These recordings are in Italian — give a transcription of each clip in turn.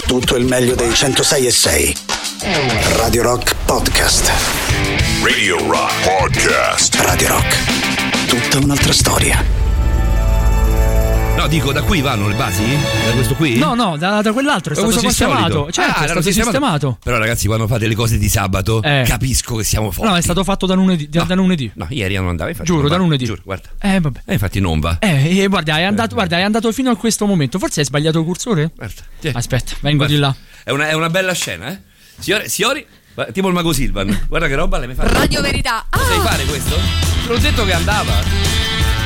tutto il meglio dei 106.6. Radio Rock Podcast. Radio Rock Podcast. Radio Rock. Tutta un'altra storia. No, dico, da qui vanno le basi? Da questo qui? No, da quell'altro è stato sistemato. Certo, è stato sistemato. Però ragazzi, quando fate le cose di sabato, capisco che siamo forti. No, è stato fatto da lunedì. Da lunedì. No, ieri non andava, infatti. Giuro, da lunedì. Giuro, guarda. Vabbè. Infatti non va. Guarda, è andato fino a questo momento. Forse hai sbagliato il cursore? Guarda. Aspetta, vengo di là. È una bella scena, eh? Signori, tipo il mago Silvan. Guarda che roba l'hai mai fatta. Radio Verità. Sai fare questo? Te l'ho detto che andava.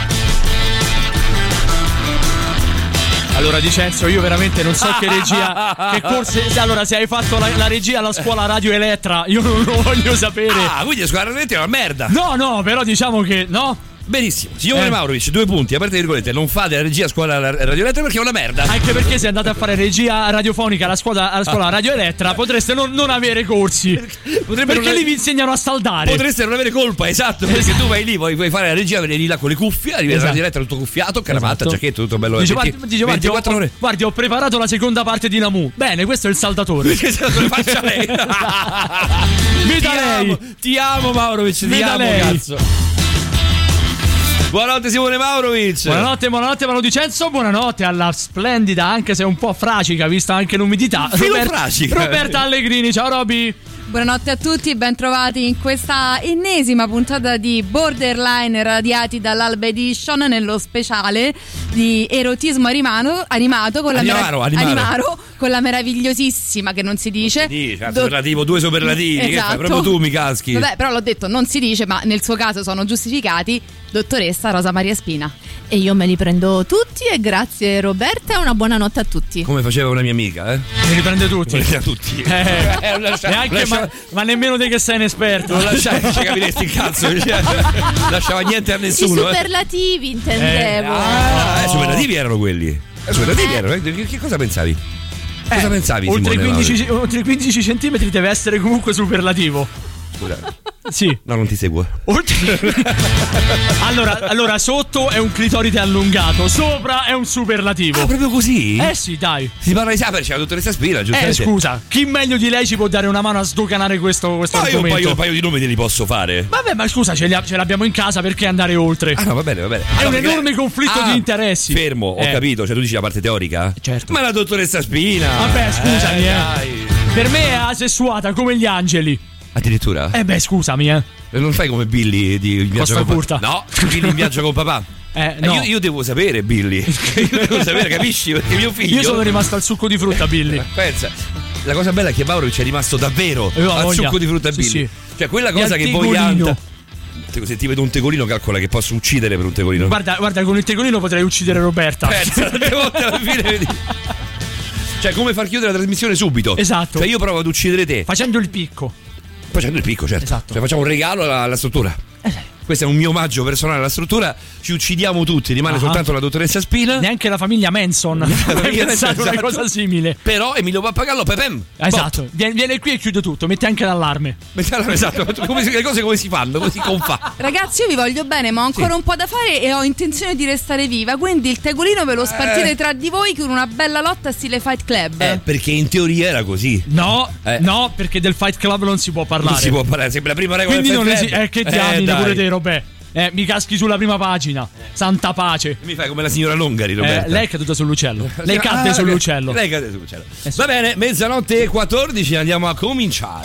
Allora Dicenzo, io veramente non so che regia, che corse. Allora, se hai fatto la regia alla scuola Radio Elettra, io non lo voglio sapere. Quindi la scuola Radio Elettra è una merda. No, però diciamo che no. Benissimo, signore Maurovic, 2 punti, aperte virgolette, non fate la regia a scuola Radio Elettra perché è una merda. Anche perché se andate a fare regia radiofonica alla scuola Radio Elettra potreste non avere corsi. Perché lì vi insegnano a saldare. Potreste non avere colpa, esatto. Perché tu vai lì, vuoi fare la regia, vieni là con le cuffie, arrivi alla Radio Elettra tutto cuffiato, cravatta, giacchetto, tutto bello. Dice, 24 ore. Guardi, ho preparato la seconda parte di Namu. Bene, questo è il saltatore. Faccia lei. Ti amo Maurovic, ti amo, cazzo. Buonanotte Simone Maurovic. Buonanotte Mano Dicenzo. Buonanotte alla splendida, anche se un po' fracica, vista anche l'umidità, Roberta Allegrini. Ciao Roby. Buonanotte a tutti, ben trovati in questa ennesima puntata di Borderline radiati dall'Alba Edition, nello speciale di erotismo animato con Animaro, con la meravigliosissima, che non si dice, superlativo, 2 superlativi, esatto. Che fai? Proprio tu mi caschi. Vabbè, però l'ho detto, non si dice, ma nel suo caso sono giustificati, dottoressa Rosa Maria Spina. E io me li prendo tutti e grazie Roberta e una buona notte a tutti. Come faceva una mia amica, Me li prende tutti. Ma nemmeno te che sei un esperto. Non lasciai che capiresti il cazzo. Lasciava niente a nessuno. I superlativi intendevo. Superlativi erano quelli. Superlativi erano. Che cosa pensavi? Cosa pensavi? Oltre i 15 centimetri deve essere comunque superlativo. Scusa. Sì. No, non ti seguo. Allora, sotto è un clitoride allungato, sopra è un superlativo. Proprio così? Sì, dai. Si parla di sapere, c'è la dottoressa Spina, giustamente. Scusa, chi meglio di lei ci può dare una mano a sdoganare questo argomento? Io un paio di nomi te li posso fare. Vabbè, ma scusa, ce l'abbiamo in casa, perché andare oltre? No, va bene. È un enorme conflitto di interessi. Fermo, ho capito, cioè tu dici la parte teorica? Certo. Ma la dottoressa Spina. Vabbè, scusami, Per me è asessuata come gli angeli. Addirittura? Scusami, Non fai come Billy di Viaggio con Papà? No, Billy in Viaggio con Papà. No. Io devo sapere, Billy. Io devo sapere, capisci? Perché mio figlio. Io sono rimasto al succo di frutta, Billy. Pensa, la cosa bella è che Maurovic è rimasto davvero al succo di frutta, Billy. Sì. Cioè, quella cosa che voi anta. Se ti vedo un tegolino, calcola che posso uccidere per un tegolino. Guarda, con il tegolino potrei uccidere Roberta. Pensa, tante volte alla fine vedi. Cioè, come far chiudere la trasmissione subito. Esatto. Cioè, io provo ad uccidere te. Facendo il picco, certo. Esatto. Cioè, facciamo un regalo alla struttura. Questo è un mio omaggio personale alla struttura. Ci uccidiamo tutti, rimane soltanto la dottoressa Spina. Neanche la famiglia Manson ha pensato una cosa simile. Però Emilio Pappagallo, Pepem. Esatto. Viene qui e chiude tutto, mette anche l'allarme. Esatto. Le cose come si fanno, come si confà. Ragazzi, io vi voglio bene, ma ho ancora un po' da fare e ho intenzione di restare viva. Quindi il tegolino ve lo spartite tra di voi con una bella lotta stile Fight Club. Perché in teoria era così. No, perché del Fight Club non si può parlare. Non si può parlare, sempre la prima regola. Quindi del non Fight Club. che diamine pure te, Robè. Mi caschi sulla prima pagina. Santa pace. Mi fai come la signora Longari, Roberta. Lei è caduta sull'uccello. Lei cade sull'uccello. Lei cade sull'uccello. Va bene, 00:14, andiamo a cominciare.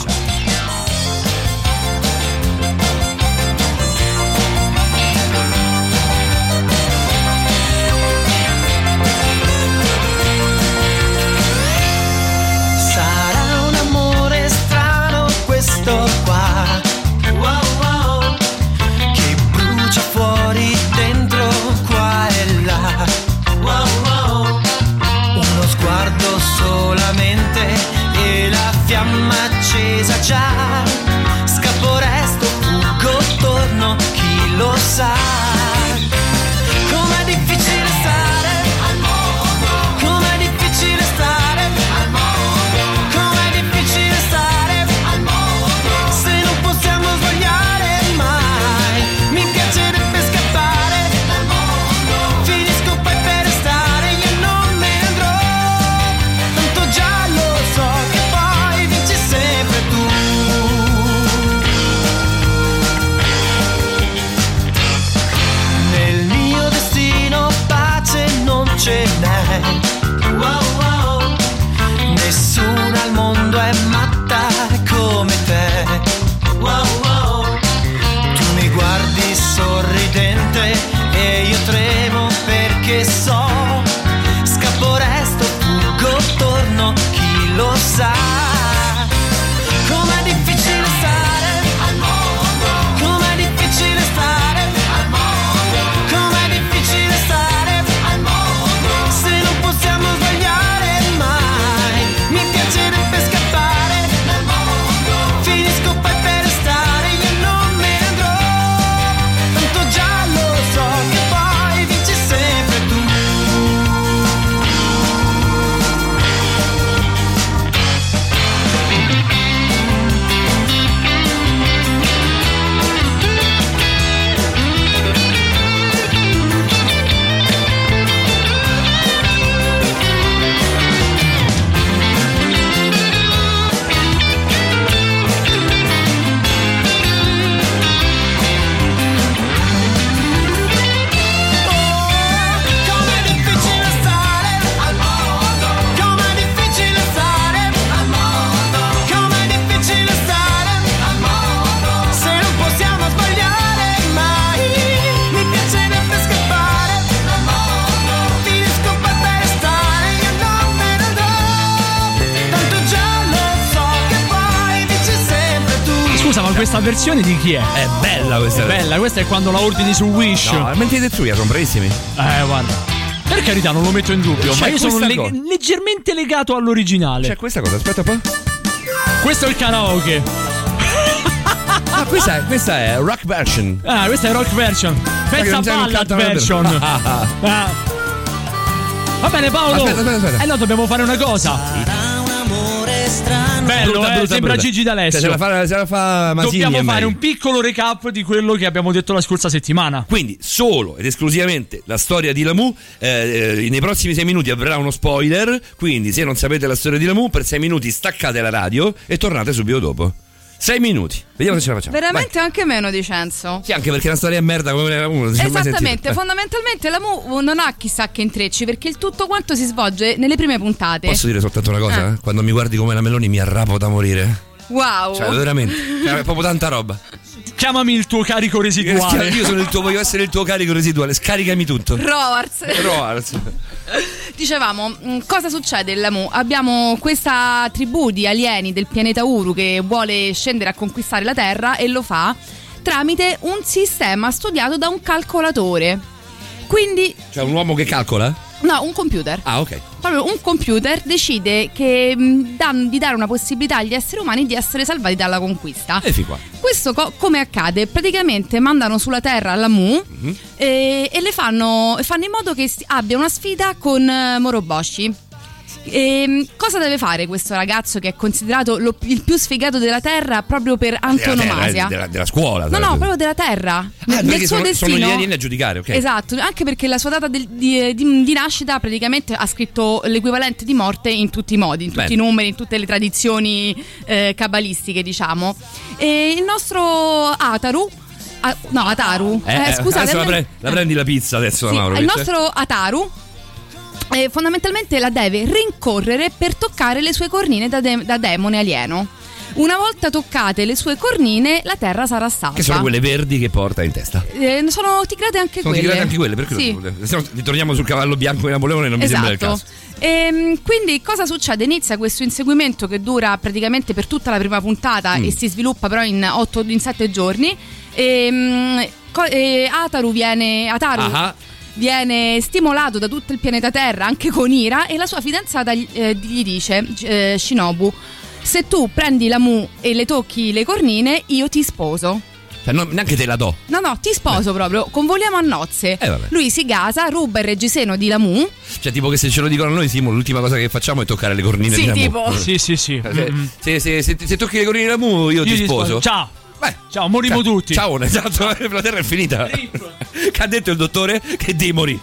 Sarà un amore strano questo qua. Fuori, dentro, qua e là. Uno sguardo solamente e la fiamma accesa già. Scappo, resto, fuggo, torno, chi lo sa. Com'è difficile stare al mondo. Com'è difficile stare al mondo. Com'è difficile stare al mondo. Se non possiamo sbagliare mai. Mi piacerebbe scappare dal mondo. Finisco poi per restare, io non me ne andrò. Tanto già questa versione di chi è? È bella questa. Bella, questa è quando la ordini su Wish. No, mentre i Tetsuya sono bravissimi. Guarda. Per carità, non lo metto in dubbio, C'è ma io sono questa cosa. leggermente legato all'originale. C'è questa cosa, aspetta un po'. Questo è il karaoke. Ah, questa è rock version. Questa è rock version. Pensa ballad version. Va bene, Paolo. Aspetta. No, dobbiamo fare una cosa. Sarà un amore strano. Bello, sembra brutta. Gigi D'Alessio. Cioè, se la fa Masini. Dobbiamo fare un piccolo recap di quello che abbiamo detto la scorsa settimana. Quindi solo ed esclusivamente la storia di Lamu. Nei prossimi 6 minuti avrà uno spoiler. Quindi se non sapete la storia di Lamu, per 6 minuti staccate la radio e tornate subito dopo. 6 minuti, vediamo se ce la facciamo. Veramente. Vai. Anche meno di Censo. Sì, anche perché la storia è merda come la Mu. Esattamente, fondamentalmente la Mu non ha chissà che intrecci, perché il tutto quanto si svolge nelle prime puntate. Posso dire soltanto una cosa? Quando mi guardi come la Meloni mi arrapo da morire. Wow. Cioè veramente, è proprio tanta roba. Chiamami il tuo carico residuale. Io sono voglio essere il tuo carico residuale. Scaricami tutto. Roars. Dicevamo, cosa succede in Lamu? Abbiamo questa tribù di alieni del pianeta Uru che vuole scendere a conquistare la Terra e lo fa tramite un sistema studiato da un calcolatore. Quindi, cioè un uomo che calcola? No, un computer. Ah, ok. Proprio un computer decide che di dare una possibilità agli esseri umani di essere salvati dalla conquista. E fin qua. Questo come accade? Praticamente mandano sulla Terra la Mu e le fanno in modo che abbia una sfida con Moroboshi. Cosa deve fare questo ragazzo che è considerato il più sfigato della Terra proprio per antonomasia? Della scuola. No, proprio della Terra. Nel suo destino. Sono gli alieni a giudicare, ok. Esatto, anche perché la sua data di nascita praticamente ha scritto l'equivalente di morte in tutti i modi, in tutti i numeri, in tutte le tradizioni cabalistiche, diciamo. E il nostro Ataru. Scusate, la prendi la pizza adesso, sì, Mauro. Il nostro Ataru fondamentalmente la deve rincorrere per toccare le sue cornine da demone alieno. Una volta toccate le sue cornine, la Terra sarà salva. Che sono quelle verdi che porta in testa. Sono tigrate anche quelle. Sono tigrate anche quelle, perché sì. Se no ritorniamo sul cavallo bianco di Napoleone, non mi sembra il caso. Quindi cosa succede? Inizia questo inseguimento che dura praticamente per tutta la prima puntata e si sviluppa però in 7 giorni. Ataru viene stimolato da tutto il pianeta Terra, anche con ira, e la sua fidanzata gli dice, Shinobu, se tu prendi la Mu e le tocchi le cornine, io ti sposo. Cioè, neanche te la do. No, ti sposo proprio, convoliamo a nozze. Lui si gasa, ruba il reggiseno di Lamu. Cioè, tipo che se ce lo dicono a noi, Simo, l'ultima cosa che facciamo è toccare le cornine di Lamu. Tipo. Sì. Se tocchi le cornine di Lamu, io ti sposo. Ciao. Ciao, morimo tutti. Ciao, esatto, la Terra è finita. Che ha detto il dottore? Che devi morire.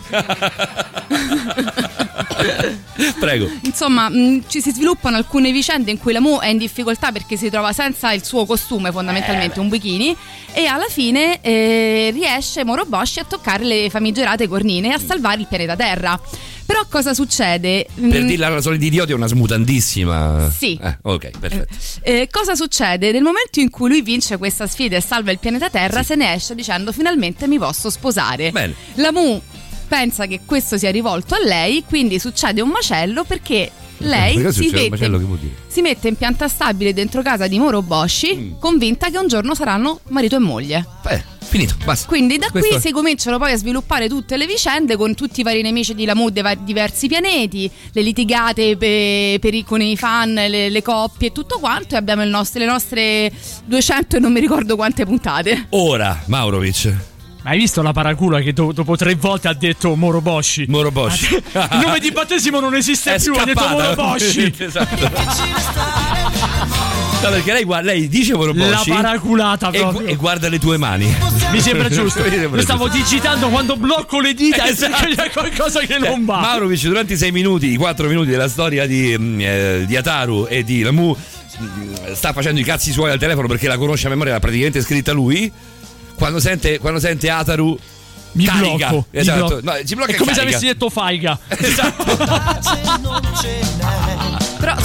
Prego. Insomma, ci si sviluppano alcune vicende in cui la Mu è in difficoltà perché si trova senza il suo costume, fondamentalmente un bikini, e alla fine riesce Moroboshi a toccare le famigerate cornine e a salvare il pianeta Terra. Però cosa succede? Per dirla alla solita idioti è una smutantissima. Sì. Ok, perfetto. Cosa succede? Nel momento in cui lui vince questa sfida e salva il pianeta Terra, se ne esce dicendo finalmente mi posso sposare. Bene. La Mu pensa che questo sia rivolto a lei, quindi succede un macello perché lei si mette in pianta stabile dentro casa di Moroboshi, convinta che un giorno saranno marito e moglie. Finito, basta. Quindi da qui si cominciano poi a sviluppare tutte le vicende con tutti i vari nemici di Lamu dei diversi pianeti, le litigate con i fan, le coppie e tutto quanto, e abbiamo le nostre 200 e non mi ricordo quante puntate. Ora, Maurovic, ma hai visto la paracula che dopo 3 volte ha detto Moroboshi? Il nome di battesimo non esiste più, ha detto Moroboshi. Esatto. No, perché lei dice Moroboshi. La paraculata proprio. E guarda le tue mani. Mi sembra giusto. Io stavo digitando quando blocco le dita e c'è qualcosa che non va. Maurovic durante i 4 minuti della storia di Ataru e di Lamu sta facendo i cazzi suoi al telefono perché la conosce a memoria, l'ha praticamente scritta lui. Quando sente Ataru mi carica. blocco. Esatto. È come se avessi detto faiga. Esatto. Però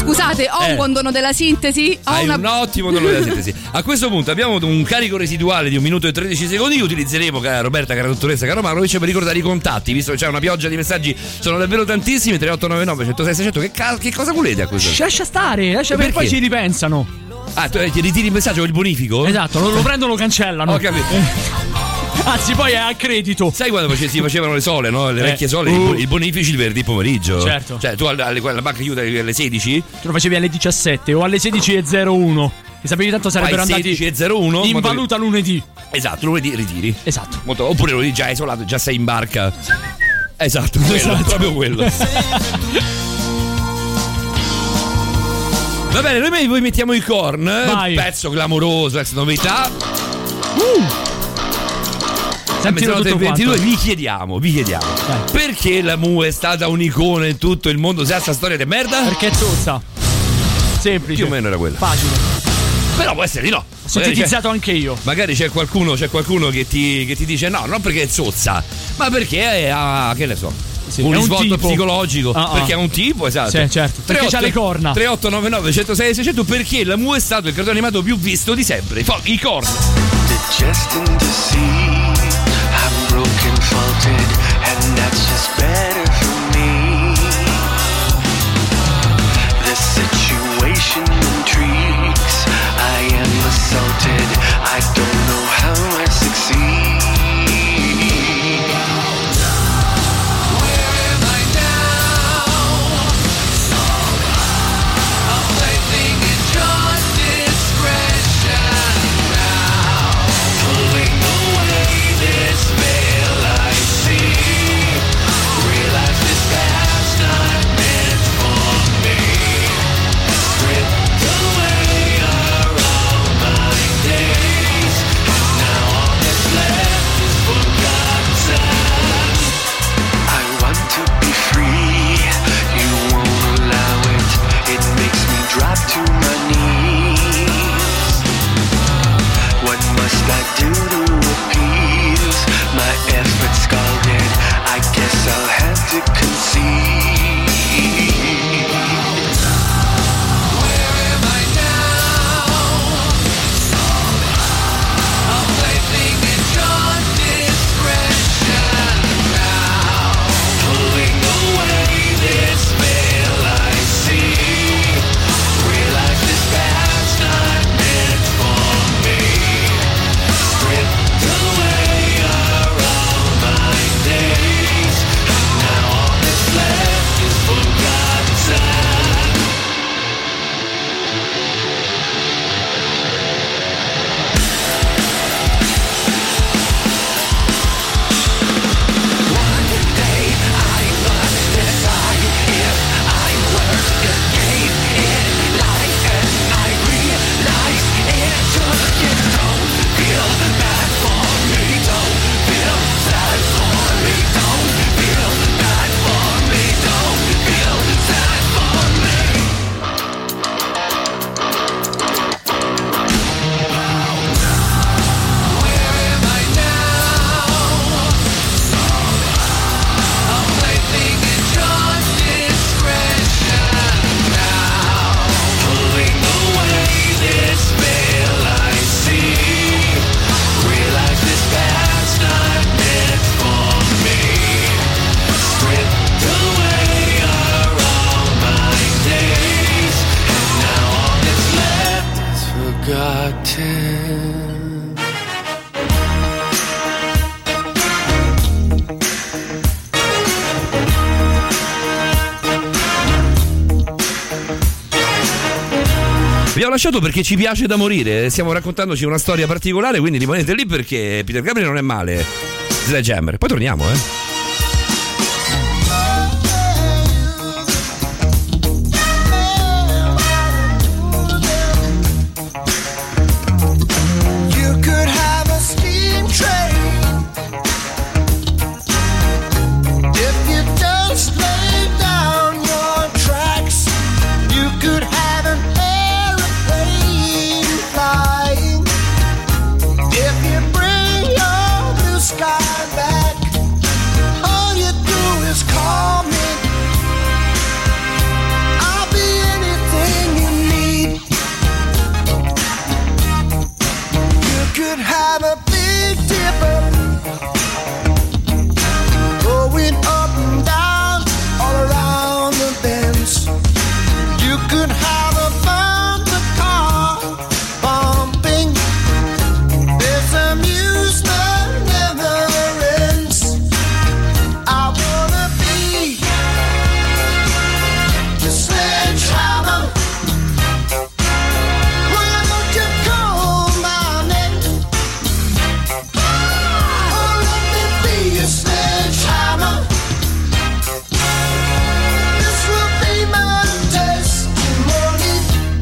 Scusate, ho un buon dono della sintesi. Hai un ottimo dono della sintesi. A questo punto abbiamo un carico residuale di 1 minuto e 13 secondi che utilizzeremo, cara Roberta, cara dottoressa, caro Manovic, per ricordare i contatti, visto che c'è una pioggia di messaggi, sono davvero tantissimi. 3899 106 600. Che cosa volete a questo? Lascia stare, perché poi ci ripensano. Tu ti ritiri il messaggio con il bonifico? Esatto, lo prendono, lo cancellano. Ho capito. Anzi, poi è a credito. Sai quando si facevano le sole, no? Le vecchie sole, i bonifici il venerdì pomeriggio. Certo. Cioè, tu la banca chiude alle 16? Tu lo facevi alle 17 o alle 16:01. E sapevi tanto sarebbero andati 16:01 in valuta lunedì. Esatto, lunedì ritiri. Esatto. Oppure lunedì già isolato, già sei in barca. Esatto, proprio quello. Va bene, noi mettiamo i Korn. Vai. Pezzo clamoroso, ex novità. Sentilo tutto 22, quanto. vi chiediamo perché la Mu è stata un'icona in tutto il mondo, se ha sta storia di merda? Perché è zozza. Semplice. Più o meno era quella. Facile. Però può essere di no. Ho sintetizzato anche io. Magari c'è qualcuno che ti dice no, non perché è zozza, ma perché ha, che ne so, sì, un è risvolto un tipo psicologico, perché è un tipo, esatto. Sì, certo. Perché c'ha le corna. 3899 106 600, perché la Mu è stato il cartone animato più visto di sempre. I Korn. Destined to see I'm broken, faulted, and that's just better for me. The situation intrigues. I am assaulted. I don't know how I succeed. Where am I now? I'm placing in your discretion now. Pulling away this veil I see. Realize this path's not meant for me. Stripped away are all my days. And now all that's left is forgotten. I want to be free. You won't allow it. It makes me drop to my knees. What must I do to appease my efforts scalded? I guess I'll have to concede. Where am I now? I'm placing in your discretion now. Pulling away this veil I see. Realize this path's not meant for me. Stripped away are all my days. And now all that's left is forgotten. One day I must decide if I were to escape in life, and I realize it took its toll. Feel bad for me, don't feel sad for me, don't feel bad for me, don't feel sad for me. Where am I now? I'm placing in your discretion now. Pulling away this veil I see. Realize this path's not meant for me. Stripped away are all my days. And now all that's left is forgotten. Vi ho lasciato perché ci piace da morire. Stiamo raccontandoci una storia particolare, quindi rimanete lì perché Peter Gabriel non è male. Sledgehammer. Poi torniamo, You could have a steam train if you just lay down your tracks. You could have an airplane flying if you bring your blue sky back. could have a band of car bumping. This amusement never ends. I wanna be your sledgehammer. Why don't you call my name? Oh, let me be your sledgehammer. This will be my testimony.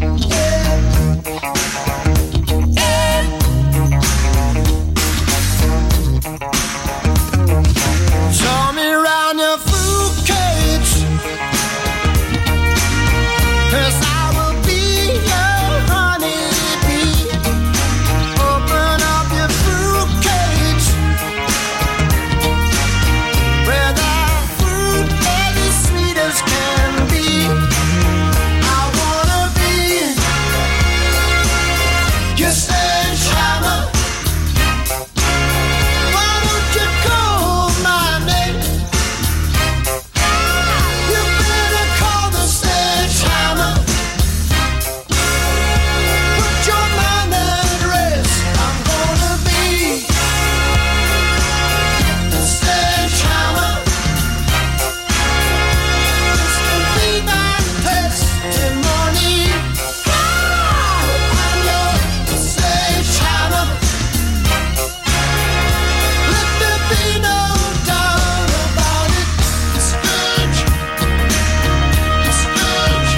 Show me around your fruit cage, 'cause I will be your honeybee. Open up your fruit cage, where the fruit is as sweet as can be. I wanna be your sledgehammer. Why don't you call my name? You better call the sledgehammer. Put your mind at rest. I'm gonna be the sledgehammer. This can be my testimony. I'm your sledgehammer. Let there be no doubt about it. The sledge, the sledge,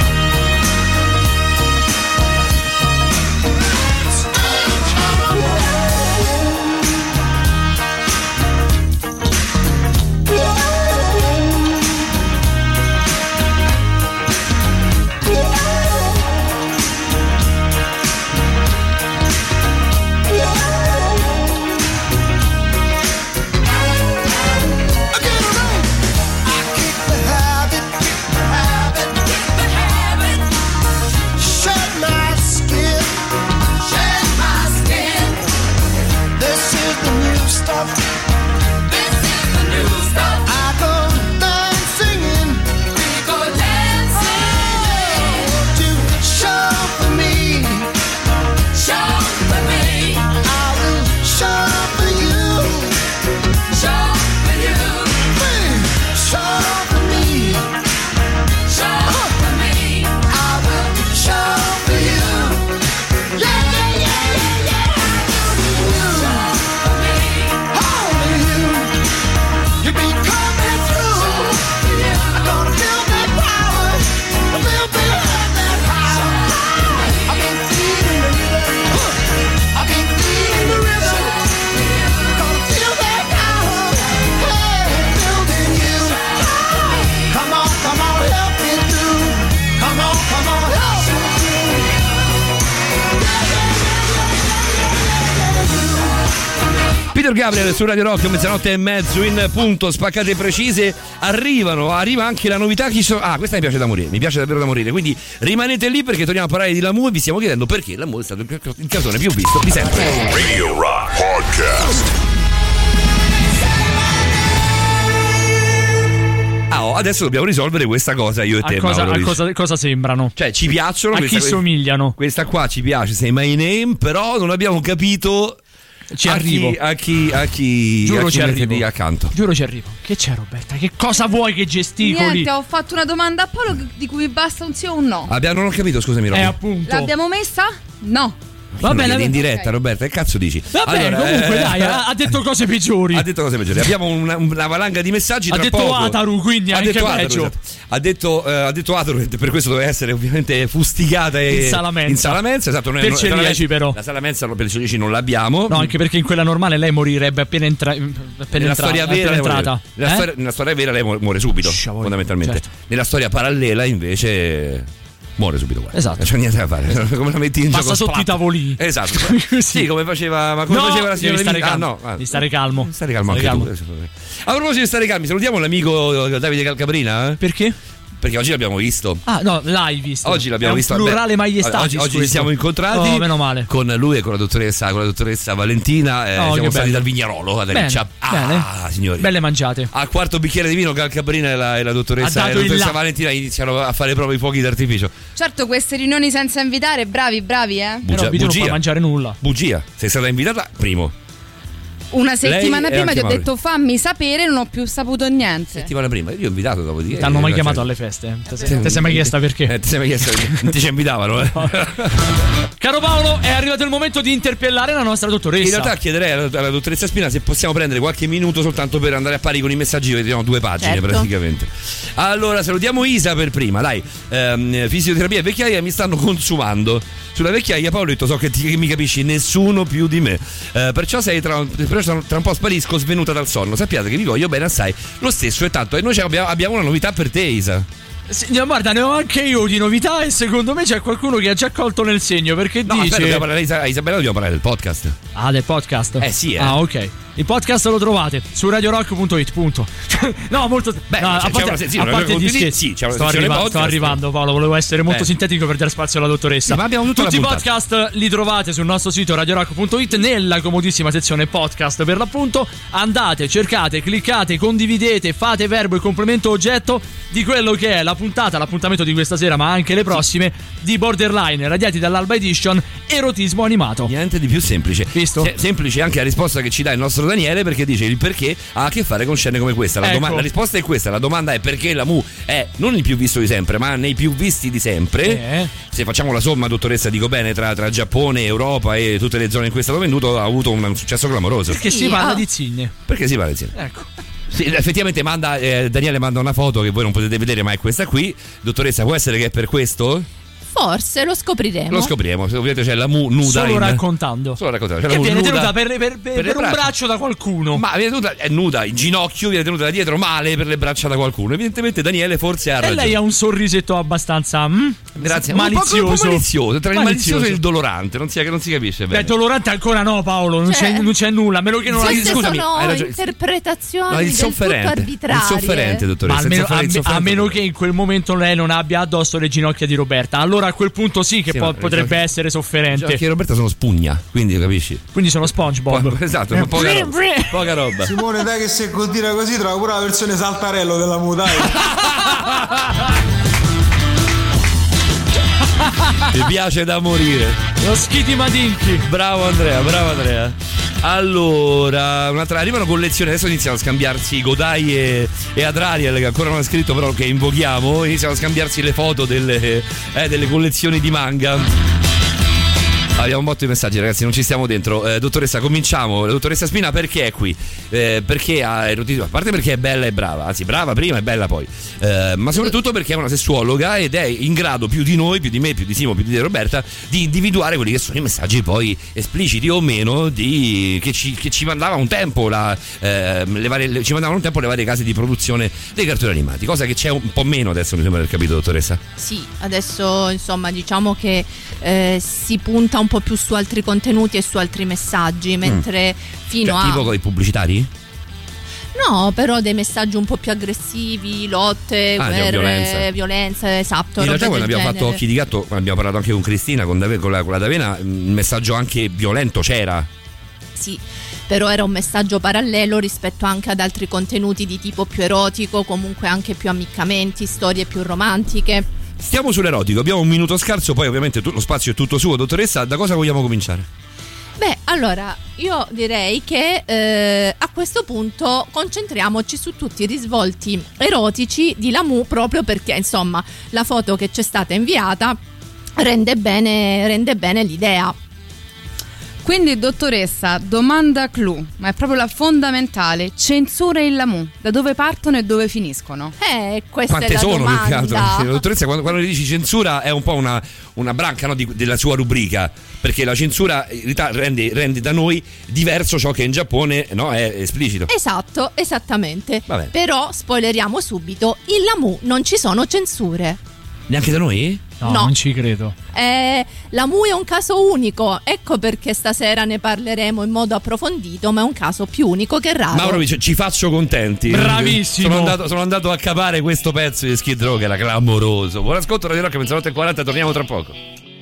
Peter Gabriel su Radio Rock, mezzanotte e mezzo in punto, spaccate precise. Arriva anche la novità. Questa mi piace da morire, mi piace davvero da morire. Quindi rimanete lì perché torniamo a parlare di Lamu e vi stiamo chiedendo perché Lamu è stato il canzone più visto di sempre. Radio Rock Podcast. Adesso dobbiamo risolvere questa cosa io e te. Cosa sembrano? Cioè, ci piacciono. A chi somigliano? Questa qua ci piace, Say My Name, però non abbiamo capito. A chi Giuro ci arrivo accanto. Giuro ci arrivo. Che c'è, Roberta? Che cosa vuoi che gesticoli? Niente, ho fatto una domanda a Paolo di cui basta un sì o un no. Non ho capito, scusami, Roberta. Appunto. L'abbiamo messa? No. Va bene, in diretta, okay. Roberta, che cazzo dici? Va bene, comunque dai, ha detto cose peggiori. Abbiamo una valanga di messaggi. Ha detto poco. Ataru, quindi anche peggio. Esatto. Ha detto Ataru, per questo doveva essere ovviamente fustigata in Salamenza. Esatto, per celiaci però. La Salamenza per i celiaci non l'abbiamo. No, anche perché in quella normale lei morirebbe appena entrata. Nella storia vera lei muore subito, fondamentalmente. Certo. Nella storia parallela invece muore subito qua. Esatto. Non c'è niente da fare. Come la metti in passa gioco sotto i tavolini. Esatto. Sì, come faceva la signora di stare calmo. Di stare calmo. Stare calmo anche tu. A proposito di stare calmi, salutiamo l'amico Davide Calcabrina. Perché? Perché oggi l'abbiamo visto. Ah, no, l'hai visto. Oggi l'abbiamo visto. Plurale majestate. Oggi ci siamo incontrati. Oh, meno male. Con lui e con la dottoressa Valentina. Siamo stati dal Vignerolo ad Aliccia. Bene. Signori. Belle mangiate. Al quarto bicchiere di vino, Gal Cabrina e la dottoressa Valentina iniziano a fare proprio i fuochi d'artificio. Certo, queste riunioni senza invitare, bravi, Però tu non puoi mangiare nulla. Bugia. Sei stata invitata primo. Una settimana prima ti ho detto fammi sapere, non ho più saputo niente. Settimana prima, io ho invitato dopo di. Ti hanno mai chiamato alle feste? Ti sei mai chiesta perché? Ti sei mai chiesta perché? Non ti ci invitavano, Caro Paolo, è arrivato il momento di interpellare la nostra dottoressa. In realtà chiederei alla dottoressa Spina se possiamo prendere qualche minuto soltanto per andare a pari con i messaggi, vediamo 2 pagine praticamente. Allora salutiamo Isa per prima, dai. Fisioterapia e vecchiaia mi stanno consumando. Sulla vecchiaia Paolo ha detto so che mi capisci nessuno più di me, perciò tra un po' sparisco svenuta dal sonno, sappiate che vi voglio bene assai lo stesso e tanto. E noi abbiamo una novità per te, Isa. Guarda, ne ho anche io di novità e secondo me c'è qualcuno che ha già colto nel segno perché dice aspetta, dobbiamo parlare a Isabella, dobbiamo parlare del podcast. Ah, del podcast? Sì. Ah, ok. Il podcast lo trovate su radiorock.it, punto. No, molto. Beh, no, a parte gli scherzi. Sto arrivando, Paolo. Volevo essere molto sintetico per dare spazio alla dottoressa. Ma abbiamo tutti i podcast li trovate sul nostro sito radiorock.it nella comodissima sezione podcast. Per l'appunto, andate, cercate, cliccate, condividete, fate verbo e complemento oggetto di quello che è la puntata, l'appuntamento di questa sera, ma anche le prossime di Borderline, radiati dall'Alba Edition, erotismo animato. Niente di più semplice. Visto? Semplice anche la risposta che ci dà il nostro Daniele, perché dice il perché ha a che fare con scene come questa. La risposta è questa, la domanda è perché la Mu è non il più visto di sempre, ma nei più visti di sempre. Se facciamo la somma, dottoressa, dico bene, tra Giappone, Europa e tutte le zone in cui è stato venduto, ha avuto un successo clamoroso. Perché si parla di zinne. Perché si parla di zinne. Ecco. Sì, effettivamente Daniele manda una foto che voi non potete vedere, ma è questa qui. Dottoressa, può essere che è per questo? Forse lo scopriremo. Ovviamente c'è la Mu nuda. Solo raccontando. C'è che viene tenuta per un braccio da qualcuno. Ma viene tenuta, è nuda, in ginocchio, viene tenuta da dietro male per le braccia da qualcuno. Evidentemente Daniele forse ha ragione. E lei ha un sorrisetto abbastanza grazie, malizioso. Un po' malizioso. Tra il malizioso e il dolorante. Non si capisce bene. Dolorante ancora no, Paolo. Non c'è nulla. A meno che non scusami, sono interpretazioni del tutto arbitrarie. Il sofferente, dottoressa. A meno che in quel momento lei non abbia addosso le ginocchia di Roberta. Allora a quel punto sì che potrebbe essere sofferente. Perché Roberta sono spugna, quindi capisci? Quindi sono SpongeBob. Esatto, poca roba. Simone, dai che se continua così trova pure la versione saltarello della Mutai. Mi piace da morire. Lo Schiti Madinchi. Bravo Andrea. Allora, arrivano collezioni, adesso iniziano a scambiarsi Godai e Adrariel, che ancora non ha scritto, però che invochiamo. Iniziano a scambiarsi le foto delle collezioni di manga. Abbiamo un botto di messaggi, ragazzi, non ci stiamo dentro. Dottoressa, cominciamo. La dottoressa Spina perché è qui? Perché ha erotismo? A parte perché è bella e brava, anzi brava prima e bella poi, ma soprattutto perché è una sessuologa ed è in grado più di noi, più di me, più di Simo, più di Roberta, di individuare quelli che sono i messaggi poi espliciti o meno che ci mandava un tempo ci mandavano un tempo le varie case di produzione dei cartoni animati, cosa che c'è un po' meno adesso, mi sembra di aver capito, dottoressa. Sì, adesso insomma diciamo che si punta un po' più su altri contenuti e su altri messaggi, mentre fino a tipo con i pubblicitari? No, però dei messaggi un po' più aggressivi, lotte, guerre, violenza, esatto. In realtà quando abbiamo fatto Occhi di Gatto, quando abbiamo parlato anche con Cristina, con la D'Avena, il messaggio anche violento c'era. Sì, però era un messaggio parallelo rispetto anche ad altri contenuti di tipo più erotico, comunque anche più ammiccamenti, storie più romantiche. Stiamo sull'erotico, abbiamo un minuto scarso, poi ovviamente lo spazio è tutto suo, dottoressa. Da cosa vogliamo cominciare? Beh, allora, io direi che a questo punto concentriamoci su tutti i risvolti erotici di Lamu, proprio perché, insomma, la foto che ci è stata inviata rende bene l'idea. Quindi, dottoressa, domanda clou, ma è proprio la fondamentale: censura in Lamu, da dove partono e dove finiscono? Questa quante è la sono, domanda. più che altro? Dottoressa, quando le dici censura è un po' una branca, no, della sua rubrica, perché la censura in realtà rende da noi diverso ciò che in Giappone, no, è esplicito. Esatto, esattamente. Vabbè. Però spoileriamo subito: in Lamu non ci sono censure. Neanche da noi? No, No. non ci credo. La Mu è un caso unico, ecco perché stasera ne parleremo in modo approfondito, ma è un caso più unico che raro. Mauro dice ci faccio contenti. Bravissimo. Sono andato a capare questo pezzo di Skid Row che era clamoroso. Buon ascolto, Radio Rock, mezzanotte e 40, torniamo tra poco.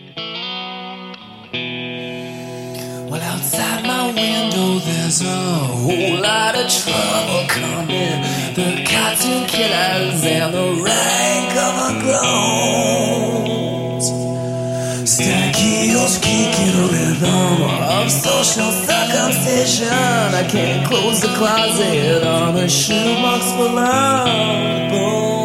Well, outside my window there's a whole lot of trouble coming. The cartoon killers and the rank of clones. Stacky heels kicking a rhythm of social circumcision. I can't close the closet on a shoebox full of bones.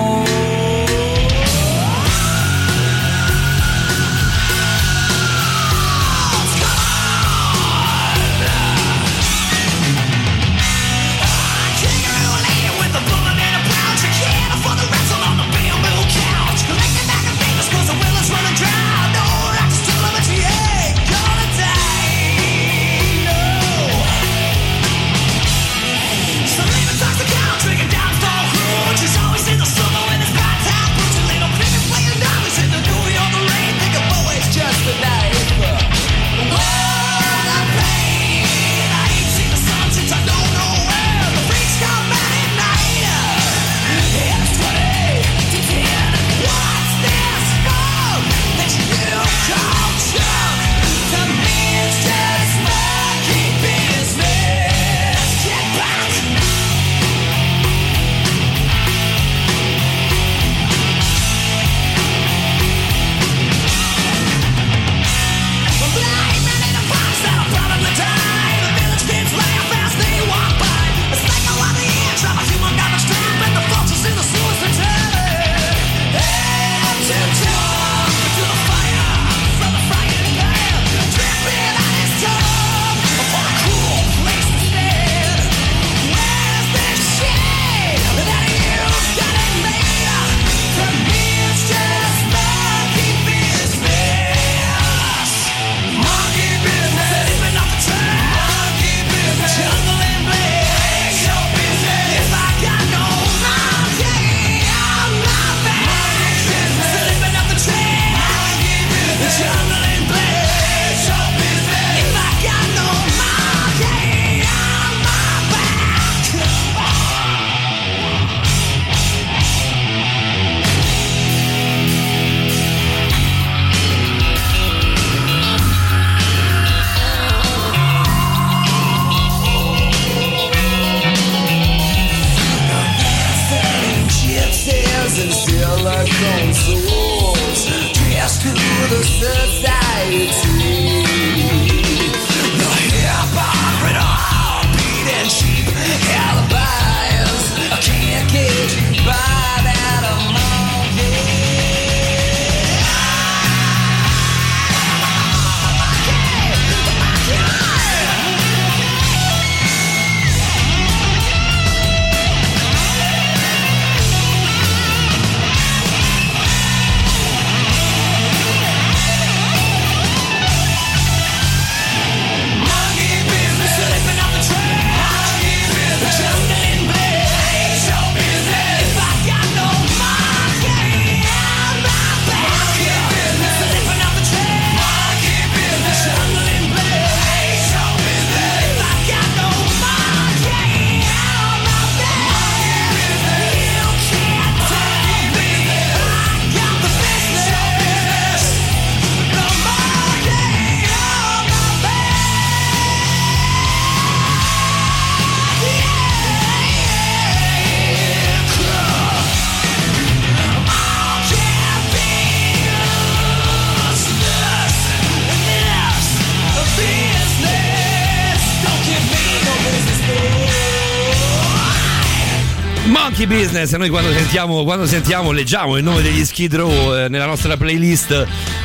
Monkey Business. Noi quando sentiamo leggiamo il nome degli Skid Row nella nostra playlist,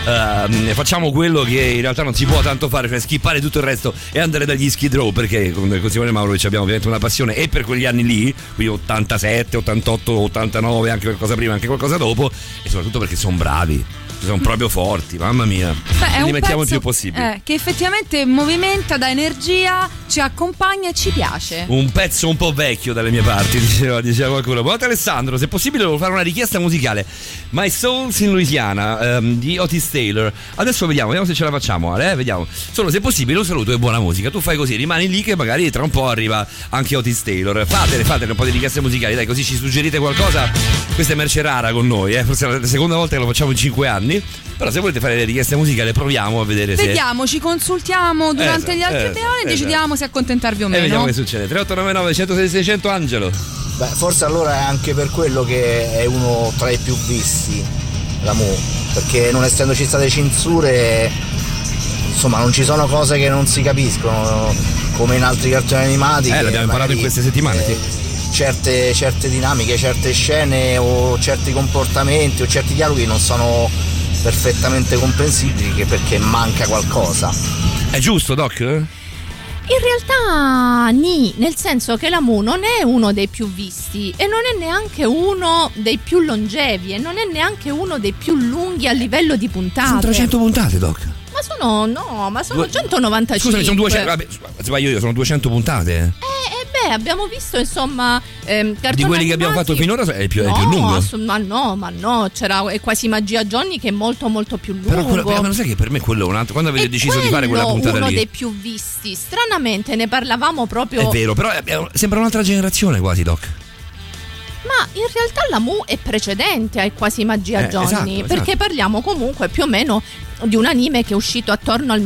facciamo quello che in realtà non si può tanto fare, cioè skippare tutto il resto e andare dagli Skid Row, perché con Simone Maurovic abbiamo ovviamente una passione e per quegli anni lì, quindi 87, 88, 89, anche qualcosa prima, anche qualcosa dopo, e soprattutto perché sono bravi, sono proprio forti, mamma mia. È li un mettiamo il pezzo, più possibile. che effettivamente movimenta, dà energia, ci accompagna e ci piace. Un pezzo un po' vecchio dalle mie parti, diceva qualcuno. Buonanotte Alessandro, se possibile devo fare una richiesta musicale. My Souls in Louisiana di Otis Taylor. Adesso vediamo se ce la facciamo, Ale, vediamo. Solo se possibile un saluto e buona musica. Tu fai così, rimani lì che magari tra un po' arriva anche Otis Taylor. Fatele un po' di richieste musicali, dai, così ci suggerite qualcosa. Questa è merce rara con noi, forse è la seconda volta che lo facciamo in 5 anni. Però se volete fare le richieste musicali proviamo a vedere se... Vediamo, ci consultiamo durante gli altri brani e decidiamo se accontentarvi o meno. E vediamo che succede. 3899 106 600 Angelo. Beh, forse allora è anche per quello che è uno tra i più visti, la Mu, perché non essendoci state censure, insomma, non ci sono cose che non si capiscono come in altri cartoni animati. L'abbiamo imparato in queste settimane, sì. Certe dinamiche, certe scene o certi comportamenti o certi dialoghi non sono perfettamente comprensibili perché manca qualcosa. È giusto, Doc? In realtà nel senso che la Mu non è uno dei più visti e non è neanche uno dei più longevi e non è neanche uno dei più lunghi a livello di puntate. Sono 300 puntate, Doc. Ma sono 195. Scusami, sono 200. Vabbè, sbaglio io, sono 200 puntate. Abbiamo visto insomma di quelli che abbiamo fatto finora è il più lungo. Ma no, c'era Quasi Magia Johnny che è molto molto più lungo. Però non sai che per me quello è un altro. Quando avete deciso di fare quella puntata uno lì, dei più visti. Stranamente ne parlavamo proprio. È vero, però sembra un'altra generazione quasi, Doc. Ma in realtà la Mu è precedente ai Quasi Magia Johnny, esatto. Perché parliamo comunque più o meno di un anime che è uscito attorno al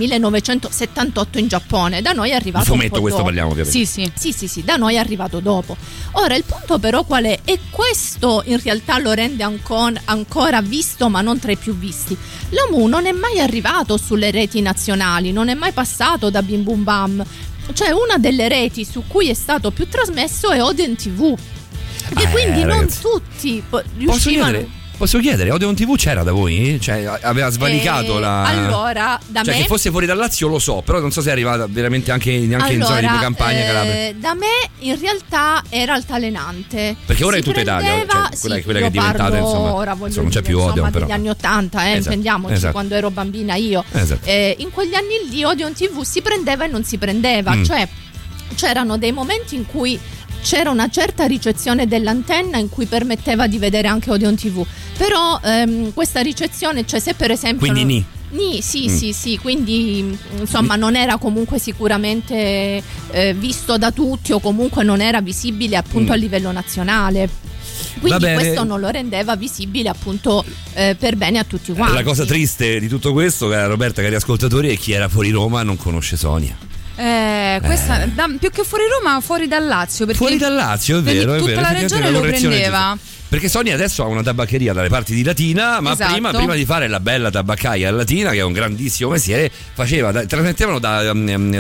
1978 in Giappone. Da noi è arrivato il fumetto, un po' questo dopo. parliamo ovviamente. Sì, da noi è arrivato dopo. Ora il punto però qual è? E questo in realtà lo rende ancora visto ma non tra i più visti. La Mu non è mai arrivato sulle reti nazionali, non è mai passato da Bim Bum Bam. Cioè una delle reti su cui è stato più trasmesso è Odeon TV. Perché quindi ragazzi, non tutti riuscivano. Posso chiedere, Odeon TV c'era da voi? Cioè aveva svalicato la... Allora, da cioè, me... che fosse fuori dal Lazio lo so, però non so se è arrivata veramente anche in zona di Campania, Calabria. Da me in realtà era altalenante. Perché ora è tutta Italia, cioè, quella che è diventata, insomma, ora voglio non c'è dire, più Odeon, però. degli anni 80, intendiamoci, esatto. quando ero bambina io. Esatto. In quegli anni lì Odeon TV si prendeva e non si prendeva, cioè c'erano dei momenti in cui c'era una certa ricezione dell'antenna in cui permetteva di vedere anche Odeon TV, però questa ricezione, cioè se per esempio quindi sì, quindi insomma non era comunque sicuramente visto da tutti o comunque non era visibile appunto a livello nazionale. Quindi questo non lo rendeva visibile appunto per bene a tutti quanti. La cosa triste di tutto questo, cara Roberta, cari ascoltatori, è chi era fuori Roma non conosce Sonia. Questa più che fuori Roma, fuori dal Lazio, perché fuori dal Lazio, è vero, tutta la regione lo prendeva. Perché Sonia adesso ha una tabaccheria dalle parti di Latina, ma esatto. prima di fare la bella tabaccaia a Latina, che è un grandissimo mestiere, trasmettevano da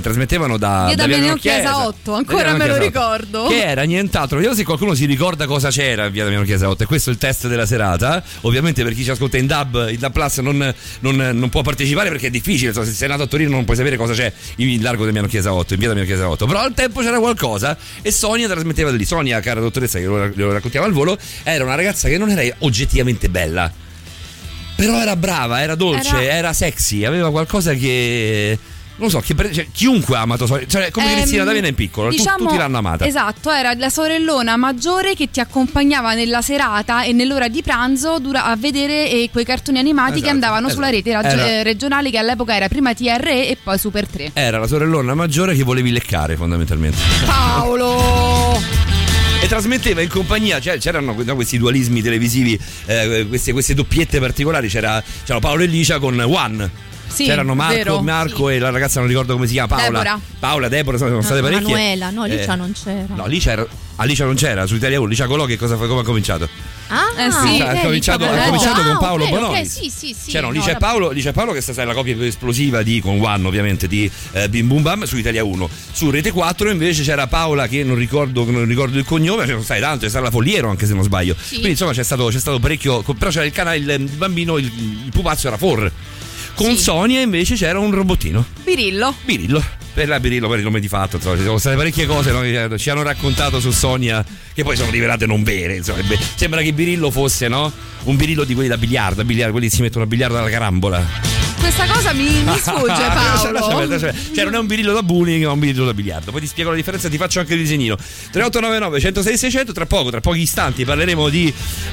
Via Damiano Chiesa 8, ancora me lo ricordo. Che era nient'altro. Vediamo se qualcuno si ricorda cosa c'era a Via Damiano Chiesa 8. E questo è il test della serata. Ovviamente per chi ci ascolta in DAB Plus non può partecipare perché è difficile. Se sei nato a Torino non puoi sapere cosa c'è in largo Damiano Chiesa 8, in Via Damiano Chiesa 8. Però al tempo c'era qualcosa e Sonia trasmetteva da lì. Sonia, cara dottoressa, che lo raccontiamo al volo, era una ragazza che non era oggettivamente bella, però era brava, era dolce, era sexy, aveva qualcosa che non so, chiunque ha amato Sonia, cioè come Cristina D'Avena in piccolo, diciamo, tutti l'hanno amata. Esatto, era la sorellona maggiore che ti accompagnava nella serata e nell'ora di pranzo a vedere quei cartoni animati che andavano sulla rete regionale, che all'epoca era prima TRE e poi Super 3. Era la sorellona maggiore che volevi leccare fondamentalmente. Paolo! E trasmetteva in compagnia, cioè c'erano questi dualismi televisivi, queste doppiette particolari, c'erano Paolo e Licia con One. Sì, c'erano Marco e la ragazza non ricordo come si chiama, Deborah, sono state parecchie. Manuela, no, Licia non c'era. No, Licia non c'era, su Italia 1, Licia Colò come ha cominciato? Sì, ha cominciato con Paolo Bonolis. Sì. C'erano Licia e Paolo che è stata la coppia più esplosiva con One, ovviamente, di Bim Bum Bam su Italia 1. Su Rete 4 invece c'era Paola, che non ricordo il cognome, non sai tanto, è stata la Folliero anche se non sbaglio. Sì. Quindi insomma c'è stato parecchio, però c'era il canale, il bambino, il pupazzo era For. Con Sonia invece c'era un robottino. Birillo. Per il nome di fatto, insomma, ci sono state parecchie cose, no? Ci hanno raccontato su Sonia che poi sono rivelate non vere, insomma. Sembra che Birillo fosse, no? Un Birillo di quelli da biliardo, quelli che si mettono a biliardo alla carambola. questa cosa mi sfugge, Paolo. Cioè non è un birillo da bowling, ma un birillo da biliardo. Poi ti spiego la differenza, ti faccio anche il disegnino. 3899 106 600. Tra pochi istanti parleremo di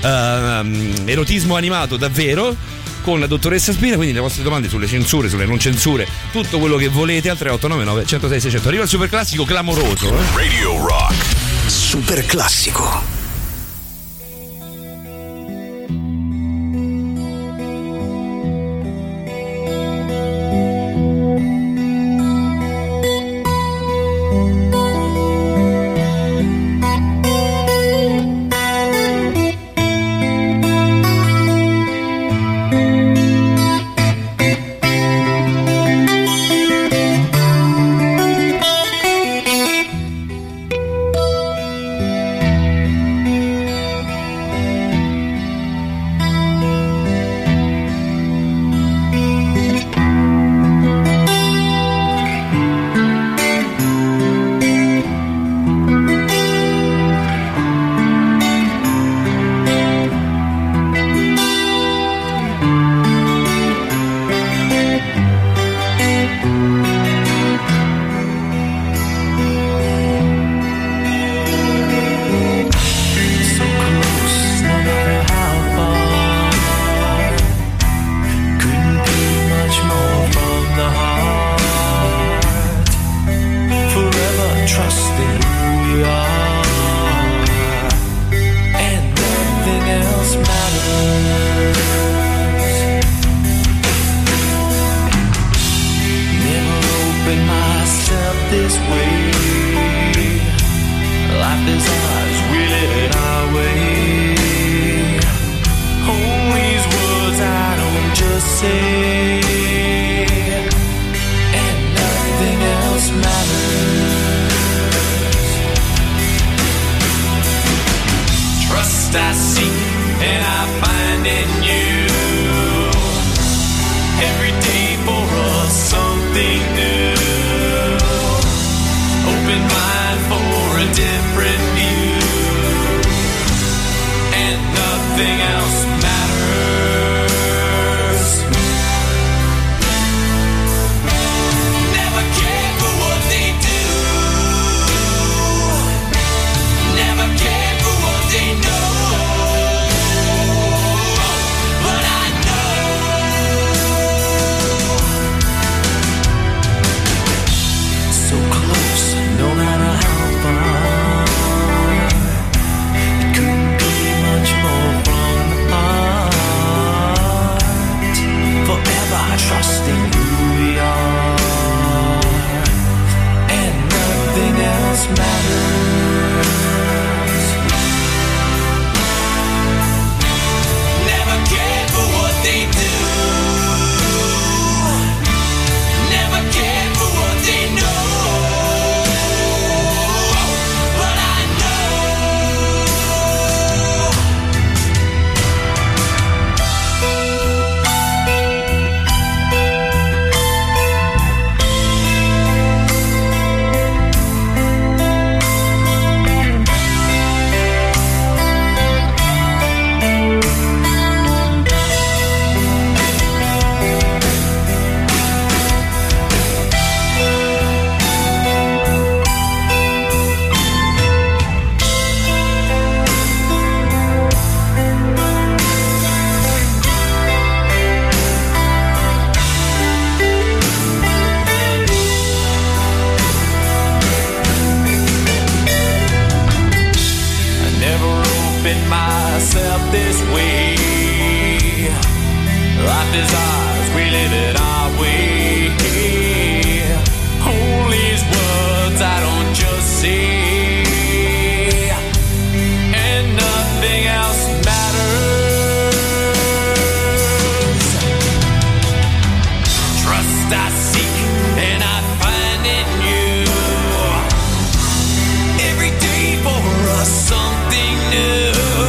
erotismo animato davvero con la dottoressa Spina, quindi le vostre domande sulle censure, sulle non censure, tutto quello che volete al 3899 106 600. Arriva il super classico clamoroso, Radio Rock Super classico.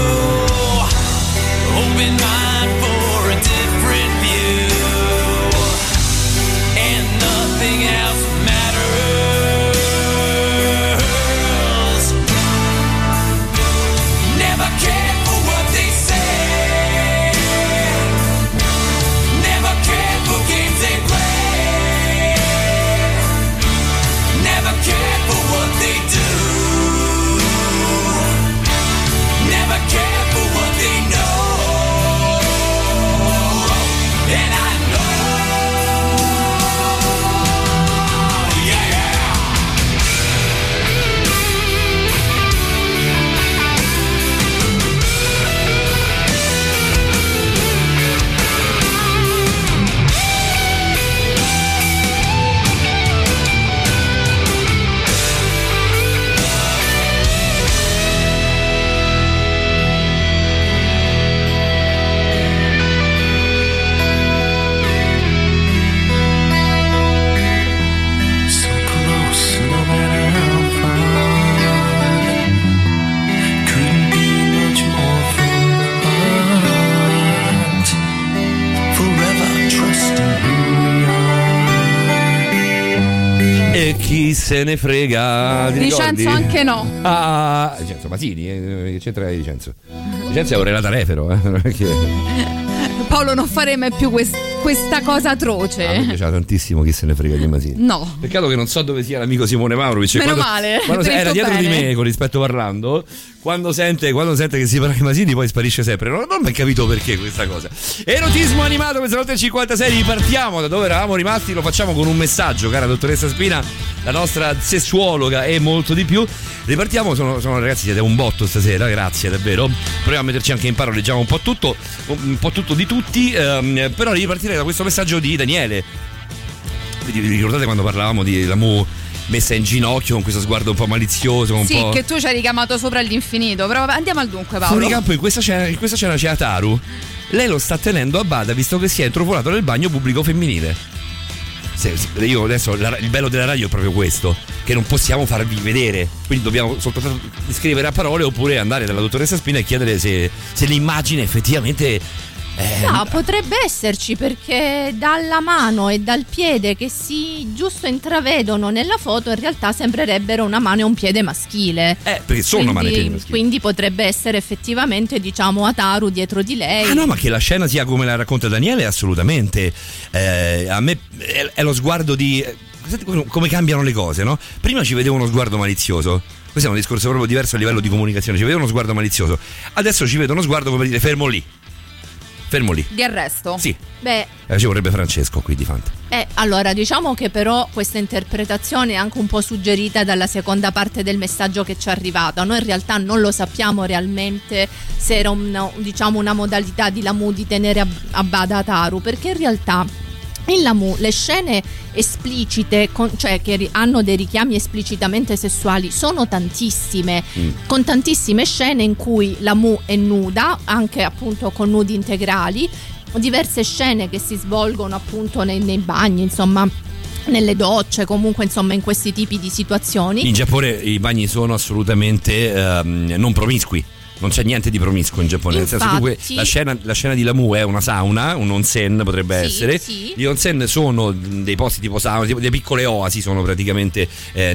Open mind for a different view. chi se ne frega. Ti Vincenzo ricordi? anche no. Ah, Vincenzo Masini, che c'entra Vincenzo? Vincenzo è un relata refero, non è che... Paolo, non fare mai più questa cosa atroce. A me piaceva tantissimo chi se ne frega di Masini. No. Peccato che non so dove sia l'amico Simone Maurovic. Meno male. Quando era dietro di me, con rispetto parlando, quando sente che si parla di Masini poi sparisce sempre. Non ho mai capito perché questa cosa. Erotismo animato, questa notte 56, ripartiamo da dove eravamo rimasti. Lo facciamo con un messaggio, cara dottoressa Spina, la nostra sessuologa e molto di più. Ripartiamo, sono ragazzi, siete un botto stasera, grazie davvero. Proviamo a metterci anche in paro, leggiamo un po' tutto di tutti, però ripartirei da questo messaggio di Daniele. Vi ricordate quando parlavamo di Lamu messa in ginocchio con questo sguardo un po' malizioso, un sì, po'... che tu ci hai richiamato sopra all'infinito. Però andiamo al dunque, Paolo. Fuori campo in questa scena c'è Ataru. Lei lo sta tenendo a bada visto che si è intrufolato nel bagno pubblico femminile. Io adesso il bello della radio è proprio questo, che non possiamo farvi vedere, quindi dobbiamo soltanto scrivere a parole oppure andare dalla dottoressa Spina e chiedere se l'immagine effettivamente no, potrebbe esserci, perché dalla mano e dal piede che si giusto intravedono nella foto in realtà sembrerebbero una mano e un piede maschile. Perché sono mano e piede maschili. Quindi potrebbe essere effettivamente, diciamo, Ataru dietro di lei. Ah no, ma che la scena sia come la racconta Daniele, assolutamente. A me è lo sguardo di... come cambiano le cose, no? Prima ci vedevo uno sguardo malizioso. Questo è un discorso proprio diverso a livello di comunicazione. Ci vedevo uno sguardo malizioso. Adesso ci vedo uno sguardo come dire fermo lì. Di arresto? Sì. Beh, ci vorrebbe Francesco qui di Fante. Allora diciamo che però questa interpretazione è anche un po' suggerita dalla seconda parte del messaggio che ci è arrivato. Noi in realtà non lo sappiamo realmente se era una modalità di Lamu di tenere a bada Ataru, perché in realtà in Lamu le scene esplicite, cioè che hanno dei richiami esplicitamente sessuali, sono tantissime, con tantissime scene in cui Lamu è nuda, anche appunto con nudi integrali, diverse scene che si svolgono appunto nei bagni, insomma nelle docce, comunque insomma in questi tipi di situazioni. In Giappone i bagni sono assolutamente non promiscui. Non c'è niente di promiscuo in Giappone. Infatti, nel senso che la scena di Lamu è una sauna, un onsen potrebbe essere. Sì. Gli onsen sono dei posti tipo sauna, tipo delle piccole oasi, sono praticamente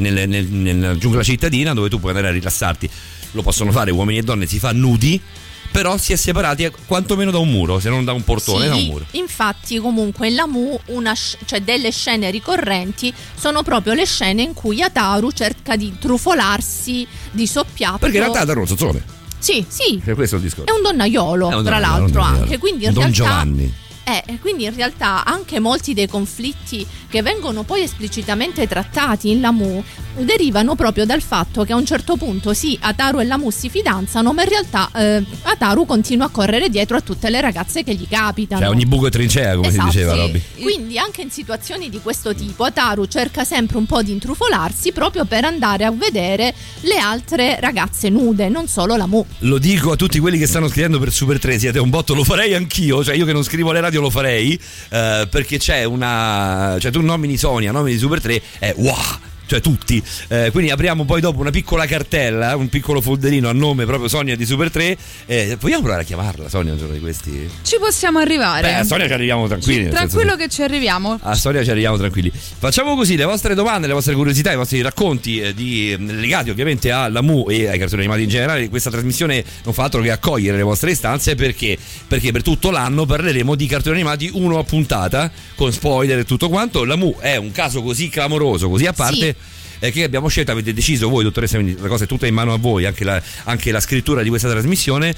nella giungla cittadina dove tu puoi andare a rilassarti. Lo possono fare uomini e donne, si fa nudi, però si è separati quantomeno da un muro, se non da un portone, da un muro. Infatti comunque in Lamu cioè delle scene ricorrenti sono proprio le scene in cui Ataru cerca di trufolarsi di soppiatto. Perché in realtà Ataru è un zozzone. Sì. Per questo è il discorso. È un donnaiolo, tra l'altro, anche. Quindi in Don realtà Giovanni. Quindi in realtà anche molti dei conflitti che vengono poi esplicitamente trattati in Lamu derivano proprio dal fatto che a un certo punto sì, Ataru e Lamu si fidanzano, ma in realtà Ataru continua a correre dietro a tutte le ragazze che gli capitano. Cioè ogni buco è trincea, come si diceva, Robby. Quindi anche in situazioni di questo tipo Ataru cerca sempre un po' di intrufolarsi proprio per andare a vedere le altre ragazze nude, non solo Lamu. Lo dico a tutti quelli che stanno scrivendo per Super 3, siete un botto, lo farei anch'io, cioè io che non scrivo alle radio lo farei, perché c'è cioè tu nomini Sonia, nomini Super 3, wow, cioè tutti, quindi apriamo poi dopo una piccola cartella, un piccolo folderino a nome proprio Sonia di Super 3, vogliamo provare a chiamarla Sonia un giorno di questi? Ci possiamo arrivare. A Sonia ci arriviamo tranquilli, tranquillo che ci arriviamo. A Sonia ci arriviamo tranquilli. Facciamo così, le vostre domande, le vostre curiosità, i vostri racconti legati ovviamente a Lamu e ai cartoni animati in generale. Questa trasmissione non fa altro che accogliere le vostre istanze, perché per tutto l'anno parleremo di cartoni animati uno a puntata, con spoiler e tutto quanto. Lamu è un caso così clamoroso, così a parte, che abbiamo scelto, avete deciso voi, dottoressa, quindi la cosa è tutta in mano a voi, anche la scrittura di questa trasmissione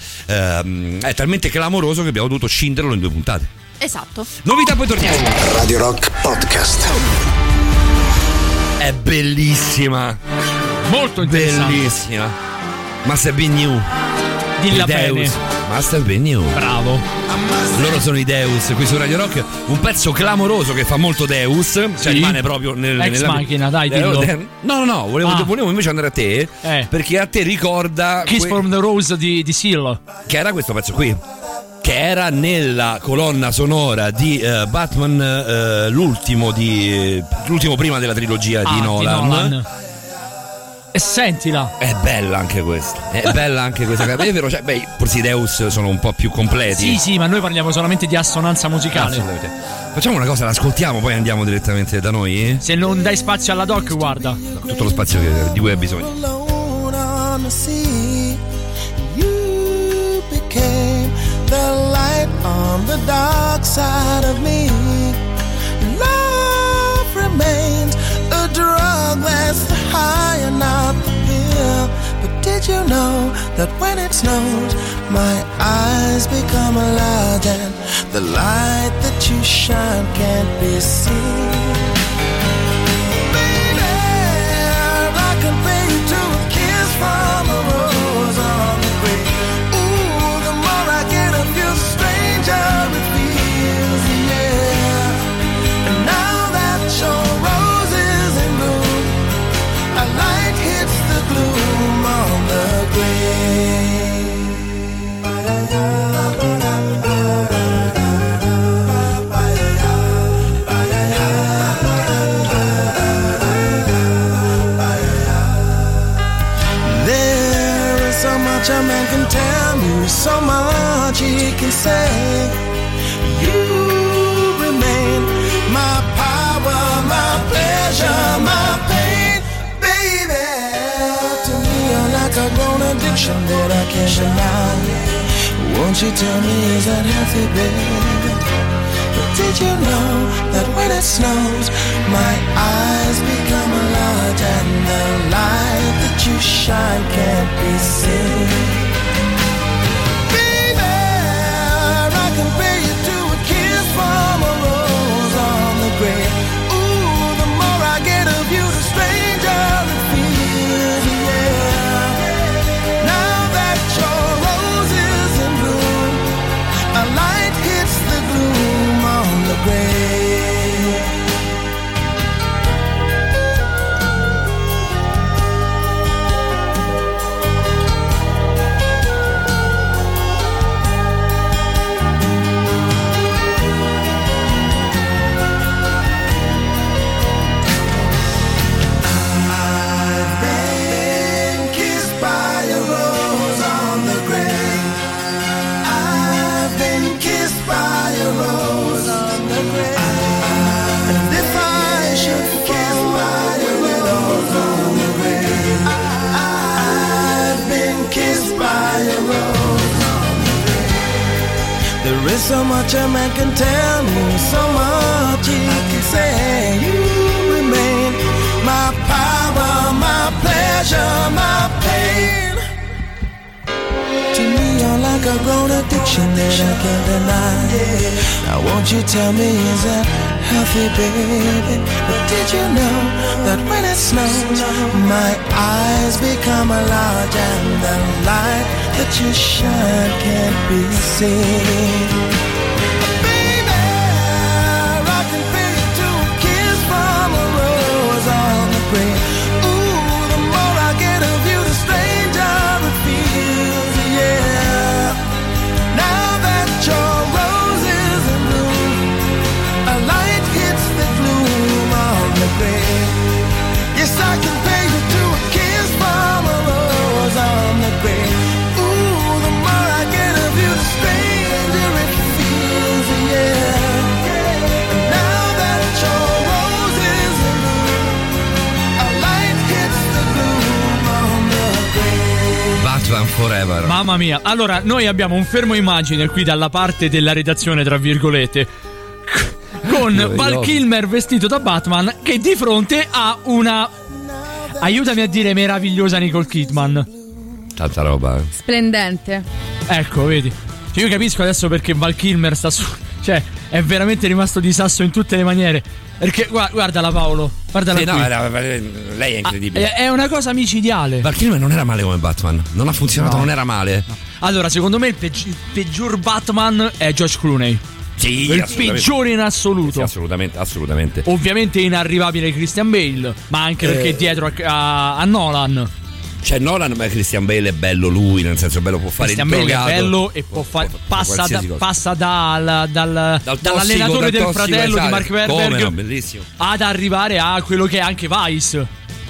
è talmente clamoroso che abbiamo dovuto scinderlo in 2 puntate. Esatto. Novità, poi torniamo. Radio Rock Podcast. È bellissima, molto interessante, bellissima. Must have been you. Dilla bene. Must have been you. Bravo. Loro sono i Deus qui su Radio Rock. Un pezzo clamoroso che fa molto Deus. Cioè rimane proprio Ex Machina, dai, dillo. No, volevo invece andare a te, perché a te ricorda Kiss from the Rose di Seal, che era questo pezzo qui, che era nella colonna sonora di Batman, l'ultimo prima della trilogia di Nolan. E sentila. È bella anche questa. È bella anche questa. È vero, cioè, beh, i Porsideus sono un po' più completi. Sì, ma noi parliamo solamente di assonanza musicale. Assolutamente. Facciamo una cosa, l'ascoltiamo, poi andiamo direttamente da noi? Se non dai spazio alla doc, guarda. Tutto lo spazio di cui hai bisogno. You became the light on the dark side of me. Love remains a drug that's the high and not the pill. But did you know that when it snows, my eyes become large and the light that you shine can't be seen? Baby, I compare you to a kiss from a rose on the grave. Ooh, the more I get of you, the stranger it feels, yeah. And now that your rose is in bloom, a light hits the gloom on the grave. There is so much a man can tell me, so much he can say. You remain my power, my pleasure, my pain, baby. To me you're like a grown addiction that I can't deny. Won't you tell me, is that healthy, baby? But did you know that when it snows, my eyes become large and the light that you shine can't be seen? Baby, I compare you to a kiss from a rose on the grave. Ooh, the more I get of you, the stranger it feels, yeah. Now that your rose is in bloom, a light hits the gloom on the grave. I've been kissed by a rose on the grave. I've been kissed by a rose on the grave. And if I should kiss by a rose on the grave, I've been kissed by a rose on the grave. There is so much a man can tell me, so much he can say. You remain my power, my pleasure, my pain. To me you're like a grown addiction that I can't deny. Now won't you tell me, is that healthy, baby? But did you know that when it snows, my eyes become large and the light that you shine can't be seen? Baby, I compare you to a kiss from a rose on the grave. Ooh, the more I get of you, the stranger it feels, yeah. Now that your rose is in bloom, a light hits the gloom on the grave. Yes, I compare you to a kiss from a rose on the grave. Ooh, the more I get of you, the stranger it feels, yeah. And now that your rose is in bloom, a light hits the gloom on the grave. Batman Forever. Mamma mia. Allora, noi abbiamo un fermo immagine qui dalla parte della redazione, tra virgolette, con Val Kilmer vestito da Batman che di fronte ha una, aiutami a dire, meravigliosa Nicole Kidman. Tanta roba. Splendente. Ecco, vedi. Cioè, io capisco adesso perché Val Kilmer sta su, cioè è veramente rimasto di sasso in tutte le maniere. Perché guardala Paolo, guardala Sì, qui. no, lei è incredibile. È una cosa micidiale. Val Kilmer non era male come Batman. Non ha funzionato, non era male. Allora, secondo me il peggior Batman è George Clooney. Sì, il peggiore in assoluto. Sì, assolutamente. Ovviamente inarrivabile Christian Bale, ma anche perché dietro a Nolan. Cioè Nolan, ma Christian Bale è bello lui, nel senso bello, può fare Christian il drogato. Bale è bello e passa dall'allenatore del fratello di Mark Wahlberg come no, bellissimo, ad arrivare a quello che è anche Vice.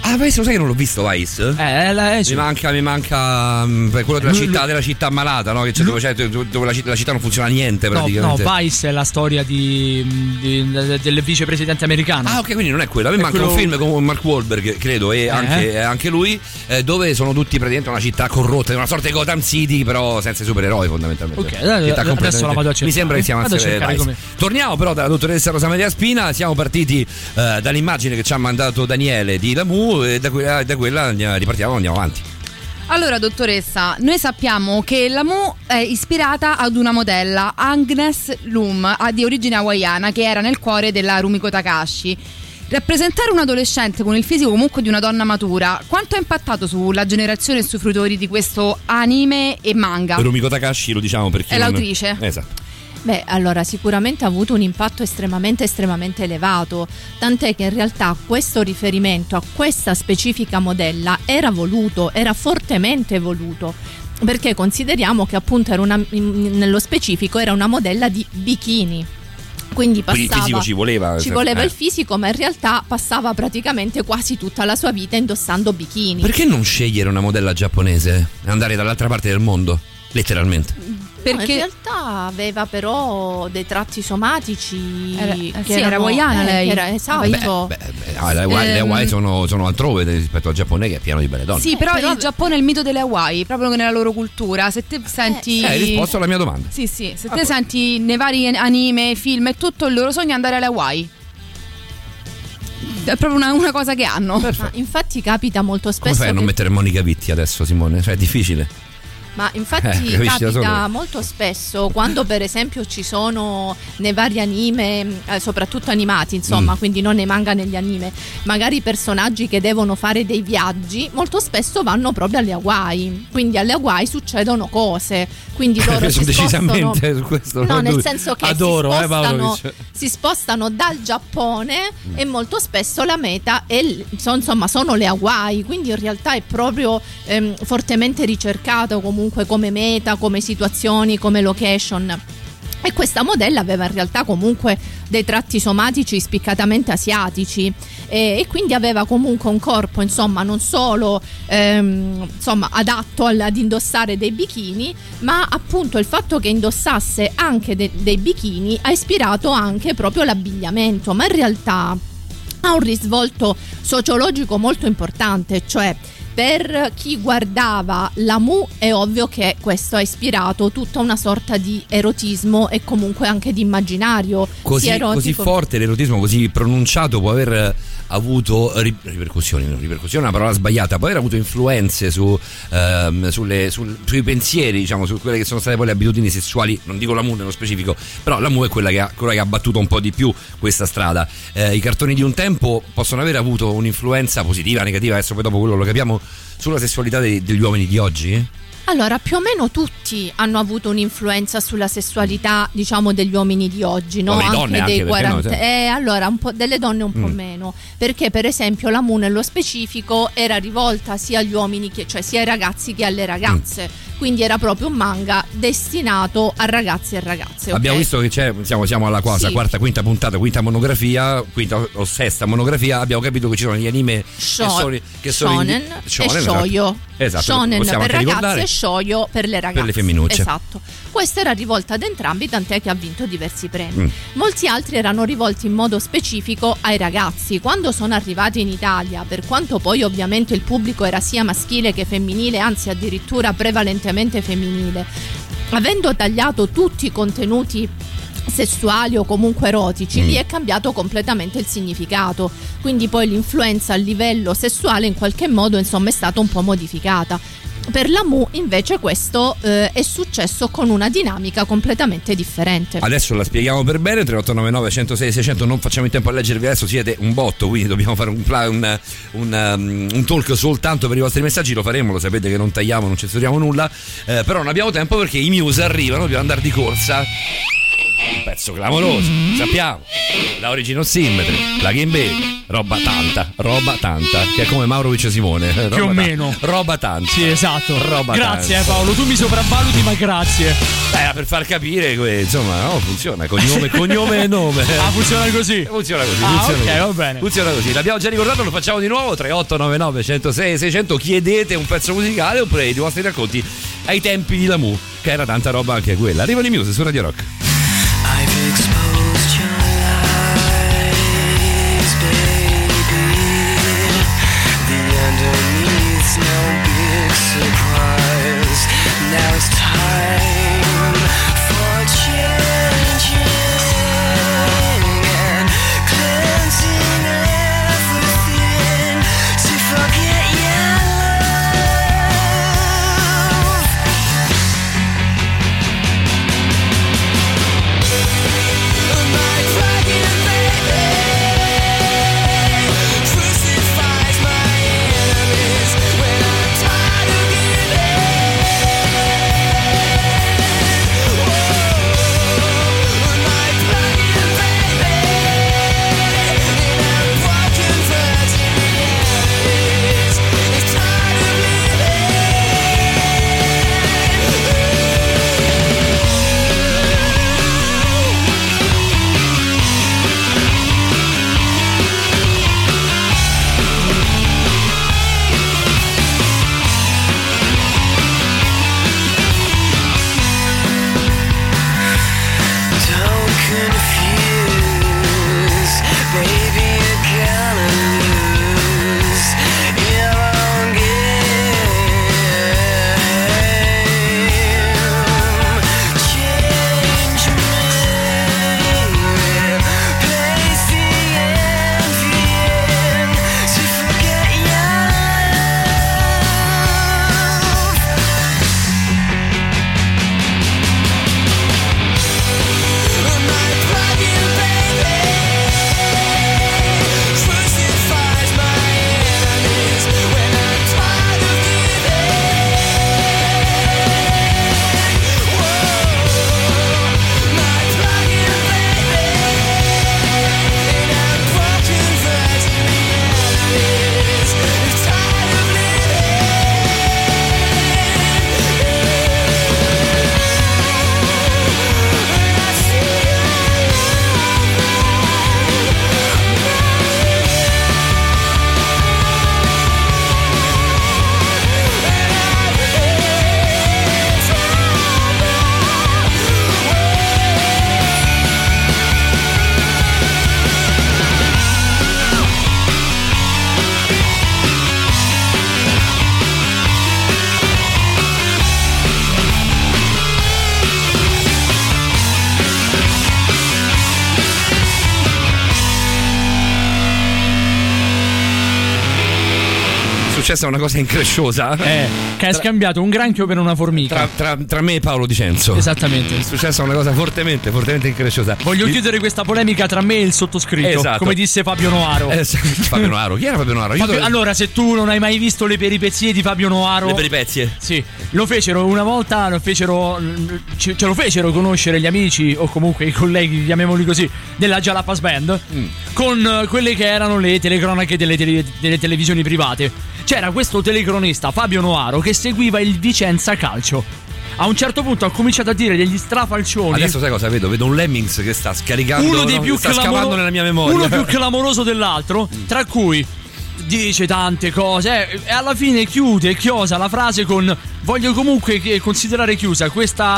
Ah, Vice, lo sai che non l'ho visto Vice? Sì. Mi manca quello della città malata, no? Che c'è dove la città non funziona niente praticamente. No, Vice è la storia del vicepresidente americano. Ah, ok, quindi non è quello. A me manca un film con Mark Wahlberg, credo, e anche lui, dove sono tutti praticamente una città corrotta, una sorta di Gotham City, però senza i supereroi fondamentalmente. Ok, adesso la vado a cercare. Mi sembra che sia Vice. Torniamo però dalla dottoressa Rosa Maria Spina. Siamo partiti dall'immagine che ci ha mandato Daniele di Lamu, e da quella ripartiamo e andiamo avanti. Allora, dottoressa, noi sappiamo che Lamu è ispirata ad una modella, Agnes Lum, di origine hawaiana, che era nel cuore della Rumiko Takahashi. Rappresentare un adolescente con il fisico comunque di una donna matura, quanto ha impattato sulla generazione e sui fruitori di questo anime e manga? Rumiko Takahashi, lo diciamo perché è l'autrice. Esatto. Beh, allora sicuramente ha avuto un impatto estremamente elevato, tant'è che in realtà questo riferimento a questa specifica modella era fortemente voluto, perché consideriamo che appunto nello specifico era una modella di bikini. Quindi il fisico ci voleva il fisico, ma in realtà passava praticamente quasi tutta la sua vita indossando bikini. Perché non scegliere una modella giapponese e andare dall'altra parte del mondo? Letteralmente. Perché in realtà aveva però dei tratti somatici era hawaiana lei. Esatto. Le Hawaii sono altrove rispetto al Giappone, che è pieno di belle donne. Sì, però il Giappone è il mito delle Hawaii, proprio nella loro cultura. Se te senti hai risposto alla mia domanda. Sì, se te senti nei vari anime, film e tutto, il loro sogno è andare alle Hawaii. È proprio una cosa che hanno. Infatti capita molto spesso. Come fai a non mettere Monica Vitti adesso, Simone? Cioè è difficile. Ma infatti capita molto spesso quando per esempio ci sono nei vari anime, soprattutto animati insomma, quindi non nei manga, negli anime, magari personaggi che devono fare dei viaggi, molto spesso vanno proprio alle Hawaii, quindi alle Hawaii succedono cose, quindi loro si decisamente su questo nel senso che si spostano dal Giappone e molto spesso la meta sono le Hawaii, quindi in realtà è proprio fortemente ricercato comunque come meta, come situazioni, come location. E questa modella aveva in realtà comunque dei tratti somatici spiccatamente asiatici e quindi aveva comunque un corpo insomma non solo adatto ad indossare dei bikini, ma appunto il fatto che indossasse anche dei bikini ha ispirato anche proprio l'abbigliamento, ma in realtà ha un risvolto sociologico molto importante, cioè per chi guardava Lamu è ovvio che questo ha ispirato tutta una sorta di erotismo e comunque anche di immaginario così forte, l'erotismo così pronunciato può aver avuto ripercussioni, è una parola sbagliata, può aver avuto influenze sui pensieri, diciamo, su quelle che sono state poi le abitudini sessuali. Non dico Lamu nello specifico, però Lamu è quella che ha battuto un po' di più questa strada. I cartoni di un tempo possono aver avuto un'influenza positiva, negativa, adesso poi dopo quello lo capiamo, sulla sessualità degli uomini di oggi? Allora, più o meno tutti hanno avuto un'influenza sulla sessualità, diciamo, degli uomini di oggi, no? Anche dei 40. No, allora, un po' delle donne un po' meno, perché per esempio la Mu nello specifico era rivolta sia agli uomini sia ai ragazzi che alle ragazze. Quindi era proprio un manga destinato a ragazzi e ragazze. Abbiamo visto che siamo alla quarta, quinta puntata, quinta monografia, quinta o sesta monografia. Abbiamo capito che ci sono gli anime shonen e shoujo. Esatto, shonen per ragazze ricordare. E shoujo per le ragazze. Per le femminucce. Esatto. Questa era rivolta ad entrambi, tant'è che ha vinto diversi premi. Molti altri erano rivolti in modo specifico ai ragazzi. Quando sono arrivati in Italia, per quanto poi ovviamente il pubblico era sia maschile che femminile, anzi addirittura prevalentemente femminile, avendo tagliato tutti i contenuti sessuali o comunque erotici, lì è cambiato completamente il significato, quindi poi l'influenza a livello sessuale in qualche modo insomma è stata un po' modificata. Per la Mu invece questo è successo con una dinamica completamente differente. Adesso la spieghiamo per bene. 3899 106 600. Non facciamo in tempo a leggervi adesso, siete un botto, quindi dobbiamo fare un talk soltanto per i vostri messaggi. Lo faremo, lo sapete che non tagliamo, non censuriamo nulla, però non abbiamo tempo perché i Muse arrivano, dobbiamo andare di corsa. un pezzo clamoroso, sappiamo, la Original Symmetry, la Game Baby, roba tanta, che è come Maurovic Simone, più o meno. Roba tanta. Sì, esatto. Roba grazie tanta. Paolo, tu mi sopravvaluti, ma grazie. Per far capire insomma, no, funziona, cognome e nome. Funziona così. Funziona così. Va bene. Funziona così. L'abbiamo già ricordato, lo facciamo di nuovo. 3899 106 600. Chiedete un pezzo musicale oppure i vostri racconti ai tempi di Lamu, che era tanta roba anche quella. Arrivano i Muse su Radio Rock. I've exposed your lies, baby. The underneath's no big surprise. Now it's time for changing and cleansing everything to forget your love. My dragon baby crucifies my enemies when I'm tired of giving. My dragon baby in a broken virgin enemies is tired of Don't confuse, baby, you're gonna lose your own game. Change me, replace the envy to forget your love. My dragon baby crucifies my enemies when I'm tired of giving. My dragon baby in a broken virgin enemies is tired of Successa una cosa incresciosa. Che hai scambiato un granchio per una formica. Tra me e Paolo Dicenzo. Esattamente. È successa una cosa fortemente incresciosa. Voglio chiudere questa polemica tra me e il sottoscritto. Esatto. Come disse Fabio Noaro. Fabio Noaro. Chi era Fabio Noaro? Allora, se tu non hai mai visto le peripezie di Fabio Noaro. Le peripezie? Sì. Lo fecero una volta, ce lo fecero conoscere gli amici, o comunque i colleghi, chiamiamoli così, della Jalapas Band, con quelle che erano le telecronache delle televisioni private. C'era questo telecronista Fabio Noaro che seguiva il Vicenza Calcio. A un certo punto ha cominciato a dire degli strafalcioni. Adesso sai cosa vedo? Vedo un Lemmings che sta scaricando, uno dei più sta scavando nella mia memoria. Uno più clamoroso dell'altro, tra cui dice tante cose e alla fine chiosa la frase con: voglio comunque considerare chiusa questa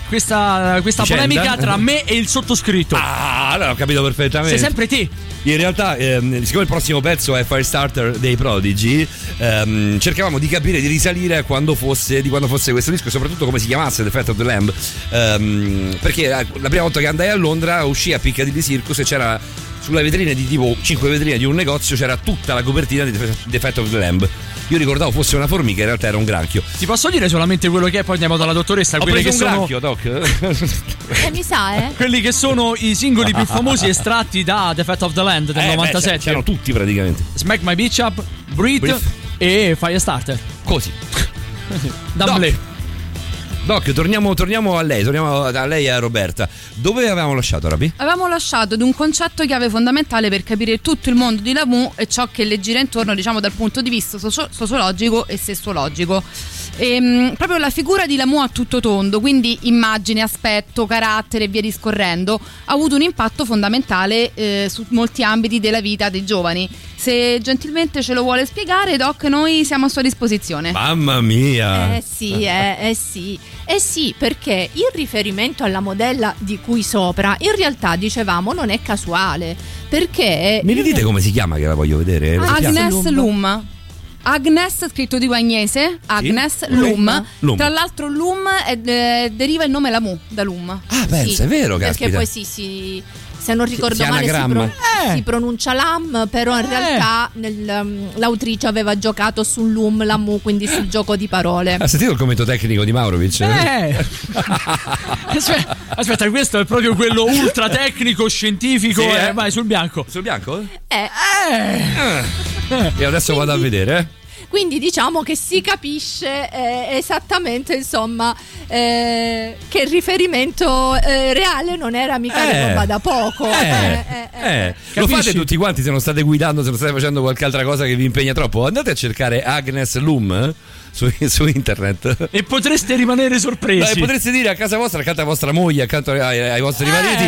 polemica tra me e il sottoscritto. Allora ho capito perfettamente. Sei sempre te. In realtà, siccome il prossimo pezzo è Firestarter dei Prodigy, cercavamo di capire, di risalire a quando fosse questo disco e soprattutto come si chiamasse The Fat of the Lamb, perché la prima volta che andai a Londra uscì a Piccadilly Circus e c'era sulla vetrina di tipo 5 vetrine di un negozio, c'era tutta la copertina di The Fat of the Lamb. Io ricordavo fosse una formica, in realtà era un granchio. Ti posso dire solamente quello che è, poi andiamo dalla dottoressa. Ho preso un granchio, Doc. Mi sa, quelli che sono i singoli più famosi estratti da The Fat of the Land del 97. C'erano tutti praticamente. Smack My Bitch Up, Breathe e Firestarter. Così. D'amblè. Doc, torniamo a lei e a Roberta. Dove avevamo lasciato, Rabi? Avevamo lasciato ad un concetto chiave fondamentale per capire tutto il mondo di Lamu e ciò che le gira intorno, diciamo, dal punto di vista sociologico e sessuologico. Proprio la figura di Lamu a tutto tondo, quindi immagine, aspetto, carattere e via discorrendo, ha avuto un impatto fondamentale su molti ambiti della vita dei giovani. Se gentilmente ce lo vuole spiegare, Doc, noi siamo a sua disposizione. Mamma mia! Sì, perché il riferimento alla modella di cui sopra in realtà, dicevamo, non è casuale, perché mi ridite come si chiama, che la voglio vedere? Agnes Lum. Agnes, scritto di Agnese, Agnes, sì? Lum. Tra l'altro Lum deriva il nome Lamu da Lum. Ah, pensa, sì, è vero, caspita. Perché poi sì, se non ricordo male si pronuncia Lam, però in realtà l'autrice aveva giocato sul Lum, Lamu, quindi sul gioco di parole. Ha sentito il commento tecnico di Maurovic? Aspetta, questo è proprio quello ultra tecnico, scientifico. Sì, vai sul bianco. Sul bianco? E adesso vado a vedere. Quindi diciamo che si capisce esattamente, insomma, che il riferimento reale non era mica roba da poco. Lo fate tutti quanti, se non state guidando, se non state facendo qualche altra cosa che vi impegna troppo, andate a cercare Agnes Lum su internet e potreste rimanere sorpresi. Potreste dire a casa vostra, accanto a vostra moglie, accanto ai vostri mariti.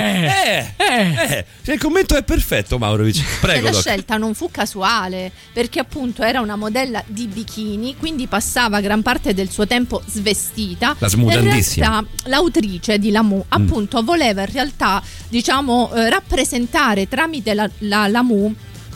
Il commento è perfetto, Maurovic. Prego. La scelta non fu casuale, perché appunto era una modella di bikini, quindi passava gran parte del suo tempo svestita. La smudantissima. In realtà l'autrice di Lamu appunto voleva in realtà, diciamo, rappresentare tramite la Lamu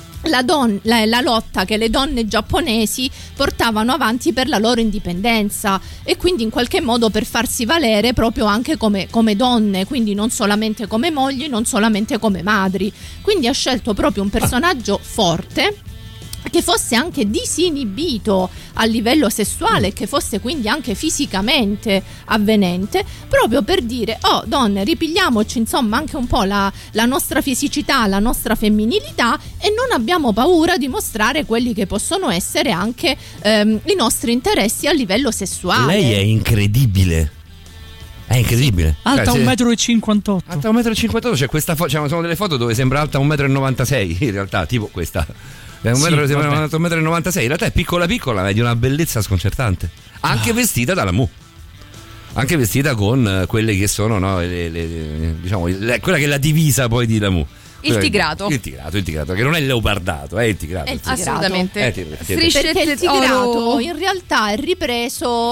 la lotta che le donne giapponesi portavano avanti per la loro indipendenza, e quindi in qualche modo per farsi valere proprio anche come donne, quindi non solamente come mogli, non solamente come madri. Quindi ha scelto proprio un personaggio forte, che fosse anche disinibito a livello sessuale, che fosse quindi anche fisicamente avvenente, proprio per dire: oh donne, ripigliamoci insomma anche un po' la nostra fisicità, la nostra femminilità, e non abbiamo paura di mostrare quelli che possono essere anche i nostri interessi a livello sessuale. Lei è incredibile. È incredibile. Alta 1,58 m. Alta 1,58 m. C'è questa sono delle foto dove sembra alta 1,96 m in realtà, tipo questa. È 1,96 m. In realtà è piccola, ma è di una bellezza sconcertante. Anche vestita da Lamu. Anche vestita con quelle che sono, no, diciamo, quella che è la divisa poi di Lamu. Il tigrato, che non è il leopardato, è il tigrato. Assolutamente. Perché il tigrato in realtà è ripreso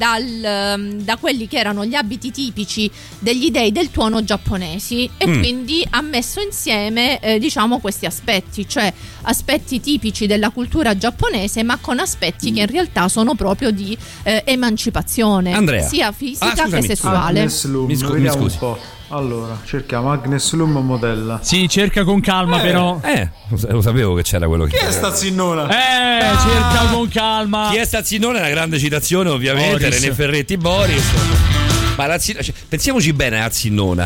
da quelli che erano gli abiti tipici degli dei del tuono giapponesi, e quindi ha messo insieme diciamo questi aspetti, cioè aspetti tipici della cultura giapponese, ma con aspetti che in realtà sono proprio di emancipazione, Andrea, sia fisica che sessuale. Agnes Lum, mi scusi un po'. Allora, cerchiamo Agnes Lum modella. Sì, cerca con calma, però. Lo sapevo che c'era quello che. Chi è sta zinnona? Cerca con calma. Chi è sta zinnona? È una grande citazione, ovviamente. Boris. René Ferretti, Boris. Ma pensiamoci bene a zinnona.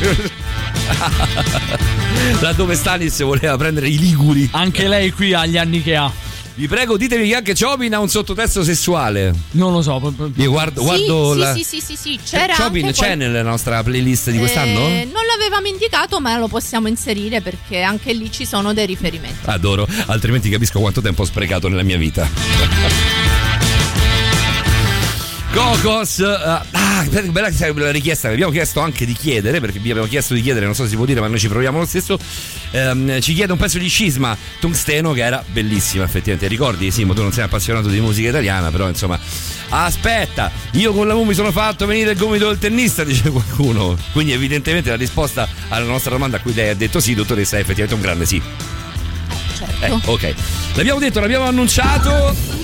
Laddove Stanis voleva prendere i liguri. Anche lei qui ha gli anni che ha. Vi prego, ditemi che anche Chopin ha un sottotesto sessuale. Non lo so. Io guardo sì, c'era Chopin anche c'è nella nostra playlist di quest'anno? Non l'avevamo indicato, ma lo possiamo inserire perché anche lì ci sono dei riferimenti. Adoro, altrimenti capisco quanto tempo ho sprecato nella mia vita. Cocos, bella richiesta, vi abbiamo chiesto anche di chiedere, perché vi abbiamo chiesto di chiedere, non so se si può dire, ma noi ci proviamo lo stesso. Ci chiede un pezzo di Scisma, Tungsteno, che era bellissima effettivamente. Ricordi? Sì, ma tu non sei appassionato di musica italiana, però insomma. Aspetta, io con la mi sono fatto venire il gomito del tennista, dice qualcuno. Quindi evidentemente la risposta alla nostra domanda a cui lei ha detto sì, dottoressa, è effettivamente un grande sì. Certo. Ok, l'abbiamo detto, l'abbiamo annunciato.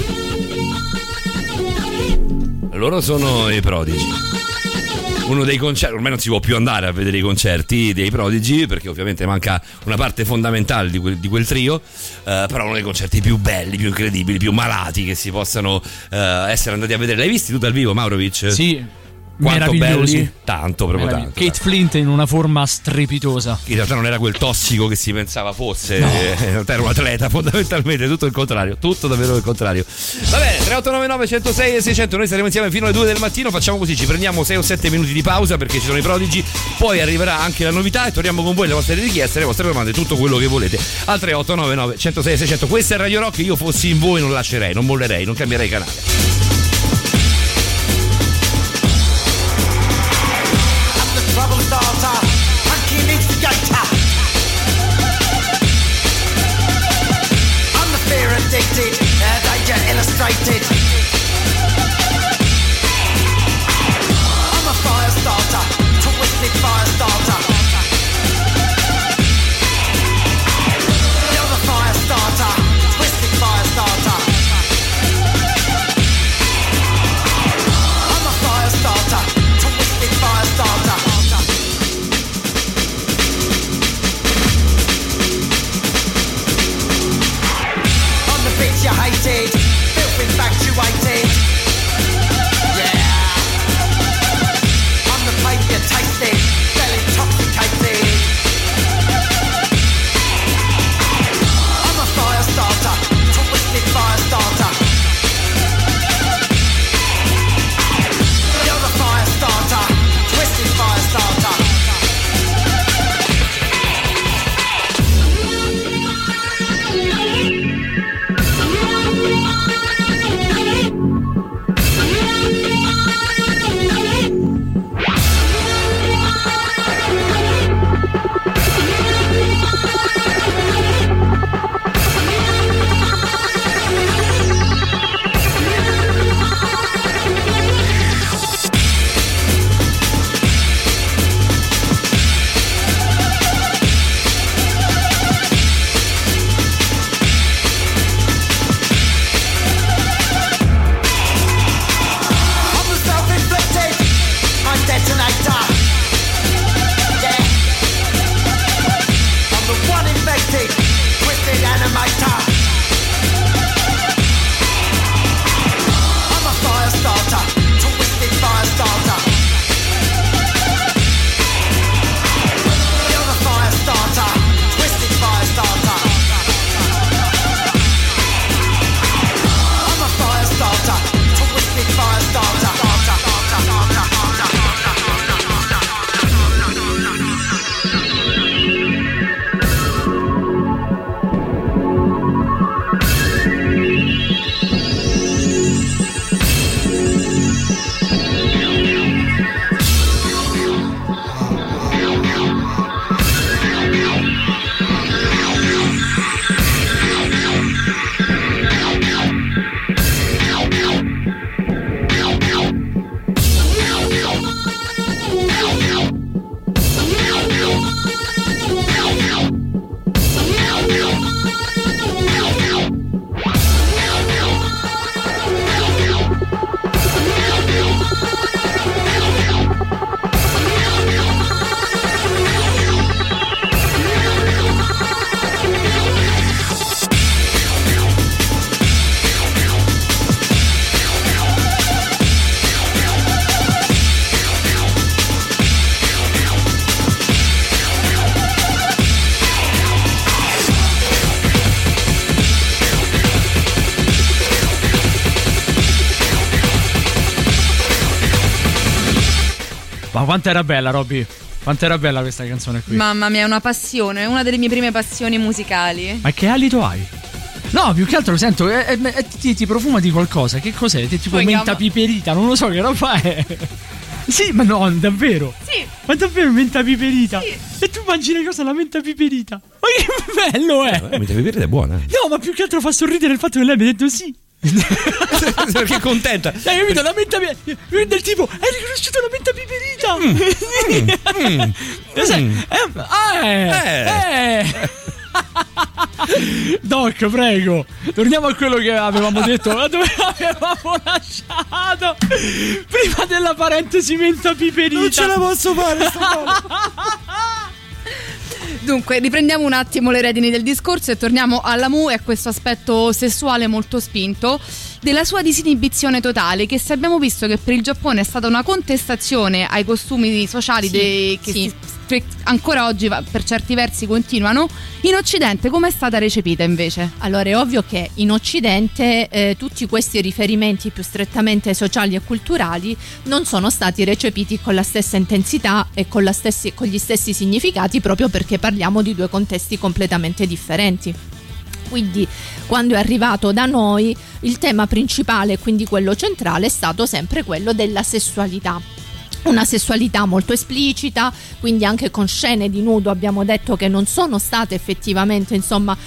Loro sono i Prodigy. Uno dei concerti, ormai non si può più andare a vedere i concerti dei Prodigy, perché ovviamente manca una parte fondamentale di quel trio, però uno dei concerti più belli, più incredibili, più malati che si possano essere andati a vedere. L'hai visti tu dal vivo, Maurovic? Sì. Quanto meravigliosi. belli? Tanto, proprio tanto. Kate Flint in una forma strepitosa. In realtà non era quel tossico che si pensava fosse, in realtà era un atleta, fondamentalmente tutto il contrario, tutto davvero il contrario. Va bene, 3899 106 e 600, noi saremo insieme fino alle 2 del mattino, facciamo così, ci prendiamo 6 o 7 minuti di pausa perché ci sono i prodigi, poi arriverà anche la novità e torniamo con voi, le vostre richieste, le vostre domande, tutto quello che volete al 3899 106 e 600. Questa è Radio Rock, io fossi in voi non lascerei, non mollerei, non cambierei canale. Trouble starter, monkey instigator. I'm the fear addicted, danger illustrated. I'm a fire starter, twisted fire starter. You're the fire starter, twisted fire starter. I'm a fire starter, twisted fire starter. You hated, filth infatuated. Yeah, I'm the pain you tasted, fell intoxicated. I'm a fire starter, twisted fire starter. You're the fire starter, twisted fire starter. Ma quanto era bella, Robby? Quanto era bella questa canzone qui? Mamma mia, è una passione, è una delle mie prime passioni musicali. Ma che alito hai? No, più che altro lo sento, ti profuma di qualcosa. Che cos'è? Tipo menta piperita, non lo so che roba è. Sì, ma no, davvero? Sì. Ma davvero menta piperita? Sì. E tu mangi le cose alla menta piperita? Ma che bello è! La menta piperita è buona. No, ma più che altro fa sorridere il fatto che lei mi ha detto sì. Perché è contenta. Hai capito? La menta del tipo, hai riconosciuto la menta piperita? Doc, prego, torniamo a quello che avevamo detto. Dove avevamo lasciato prima della parentesi menta piperita. Non ce la posso fare sta Dunque, riprendiamo un attimo le redini del discorso e torniamo alla Mu e a questo aspetto sessuale molto spinto della sua disinibizione totale, che se abbiamo visto che per il Giappone è stata una contestazione ai costumi sociali che ancora oggi per certi versi continuano, in Occidente come è stata recepita invece? Allora, è ovvio che in Occidente tutti questi riferimenti più strettamente sociali e culturali non sono stati recepiti con la stessa intensità e con gli stessi significati, proprio perché parliamo di due contesti completamente differenti. Quindi quando è arrivato da noi il tema principale, quindi quello centrale, è stato sempre quello della sessualità. Una sessualità molto esplicita, quindi anche con scene di nudo, abbiamo detto che non sono state effettivamente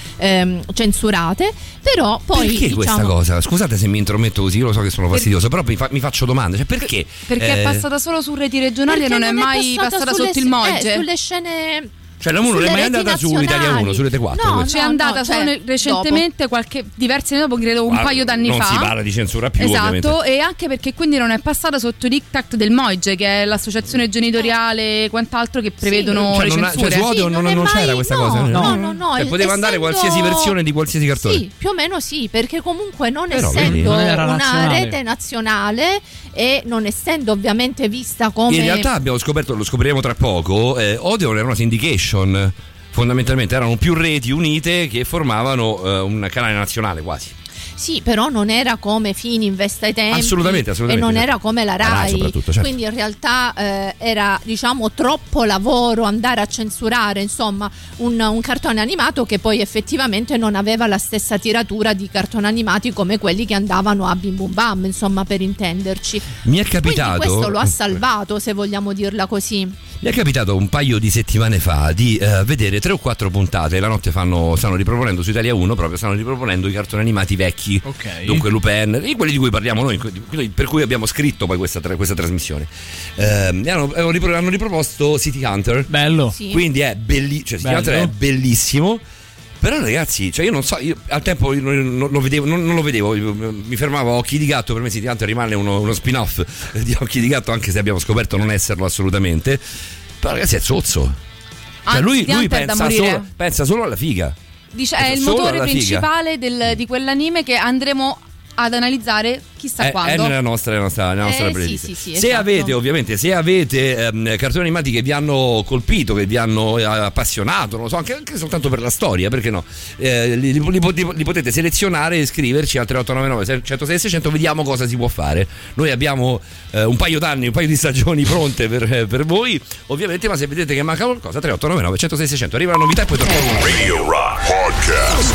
censurate, però poi perché questa cosa? Scusate se mi intrometto così, io lo so che sono fastidioso, però mi faccio domande, cioè perché? Perché è passata solo su reti regionali e non è mai passata sotto il Mogge? Sulle scene... Cioè la 1 non è mai andata su Italia 1, su Rete 4? No, c'è andata solo recentemente, diversi anni dopo, credo un paio d'anni fa. Non si parla di censura più, esatto, ovviamente. E anche perché quindi non è passata sotto i diktat del Moige, che è l'associazione genitoriale e quant'altro che prevedono le censure. Su Odeon non c'era questa cosa? No. Cioè, poteva andare qualsiasi versione di qualsiasi cartone? Sì, più o meno sì, perché comunque non però, essendo non una rete nazionale e non essendo ovviamente vista come... In realtà abbiamo scoperto, lo scopriremo tra poco, Odeon era una syndication. Fondamentalmente erano più reti unite che formavano un canale nazionale quasi. Sì, però non era come Fini Investa i Tempi, assolutamente, e non era come la Rai, soprattutto, certo. Quindi in realtà era, diciamo, troppo lavoro andare a censurare, insomma, un cartone animato che poi effettivamente non aveva la stessa tiratura di cartoni animati come quelli che andavano a Bim Bum Bam, insomma, per intenderci. Mi è capitato, quindi questo lo ha salvato, se vogliamo dirla così. Mi è capitato un paio di settimane fa di vedere 3 o 4 puntate. La notte stanno riproponendo su Italia 1, proprio stanno riproponendo i cartoni animati vecchi. Okay. Dunque Lupin, e quelli di cui parliamo noi, per cui abbiamo scritto poi questa trasmissione. Hanno riproposto City Hunter. Bello. Sì. Quindi è bellissimo. City Hunter è bellissimo. Però ragazzi, cioè io non so, io al tempo non lo vedevo, mi fermavo a Occhi di Gatto, per me City Hunter rimane uno spin-off di Occhi di Gatto, anche se abbiamo scoperto non esserlo assolutamente. Però ragazzi è zozzo. Cioè lui pensa solo alla figa. Dice, è il motore principale di quell'anime che andremo ad analizzare chissà quando. È nella nostra playlist. Sì, se esatto. avete cartoni animati che vi hanno colpito, che vi hanno appassionato, non lo so, anche soltanto per la storia, perché no, li potete selezionare e scriverci al 3899 106 600, vediamo cosa si può fare. Noi abbiamo un paio di stagioni pronte per voi, ovviamente, ma se vedete che manca qualcosa, 3899 106 600, arriva la novità e poi torniamo. Radio Rock Podcast.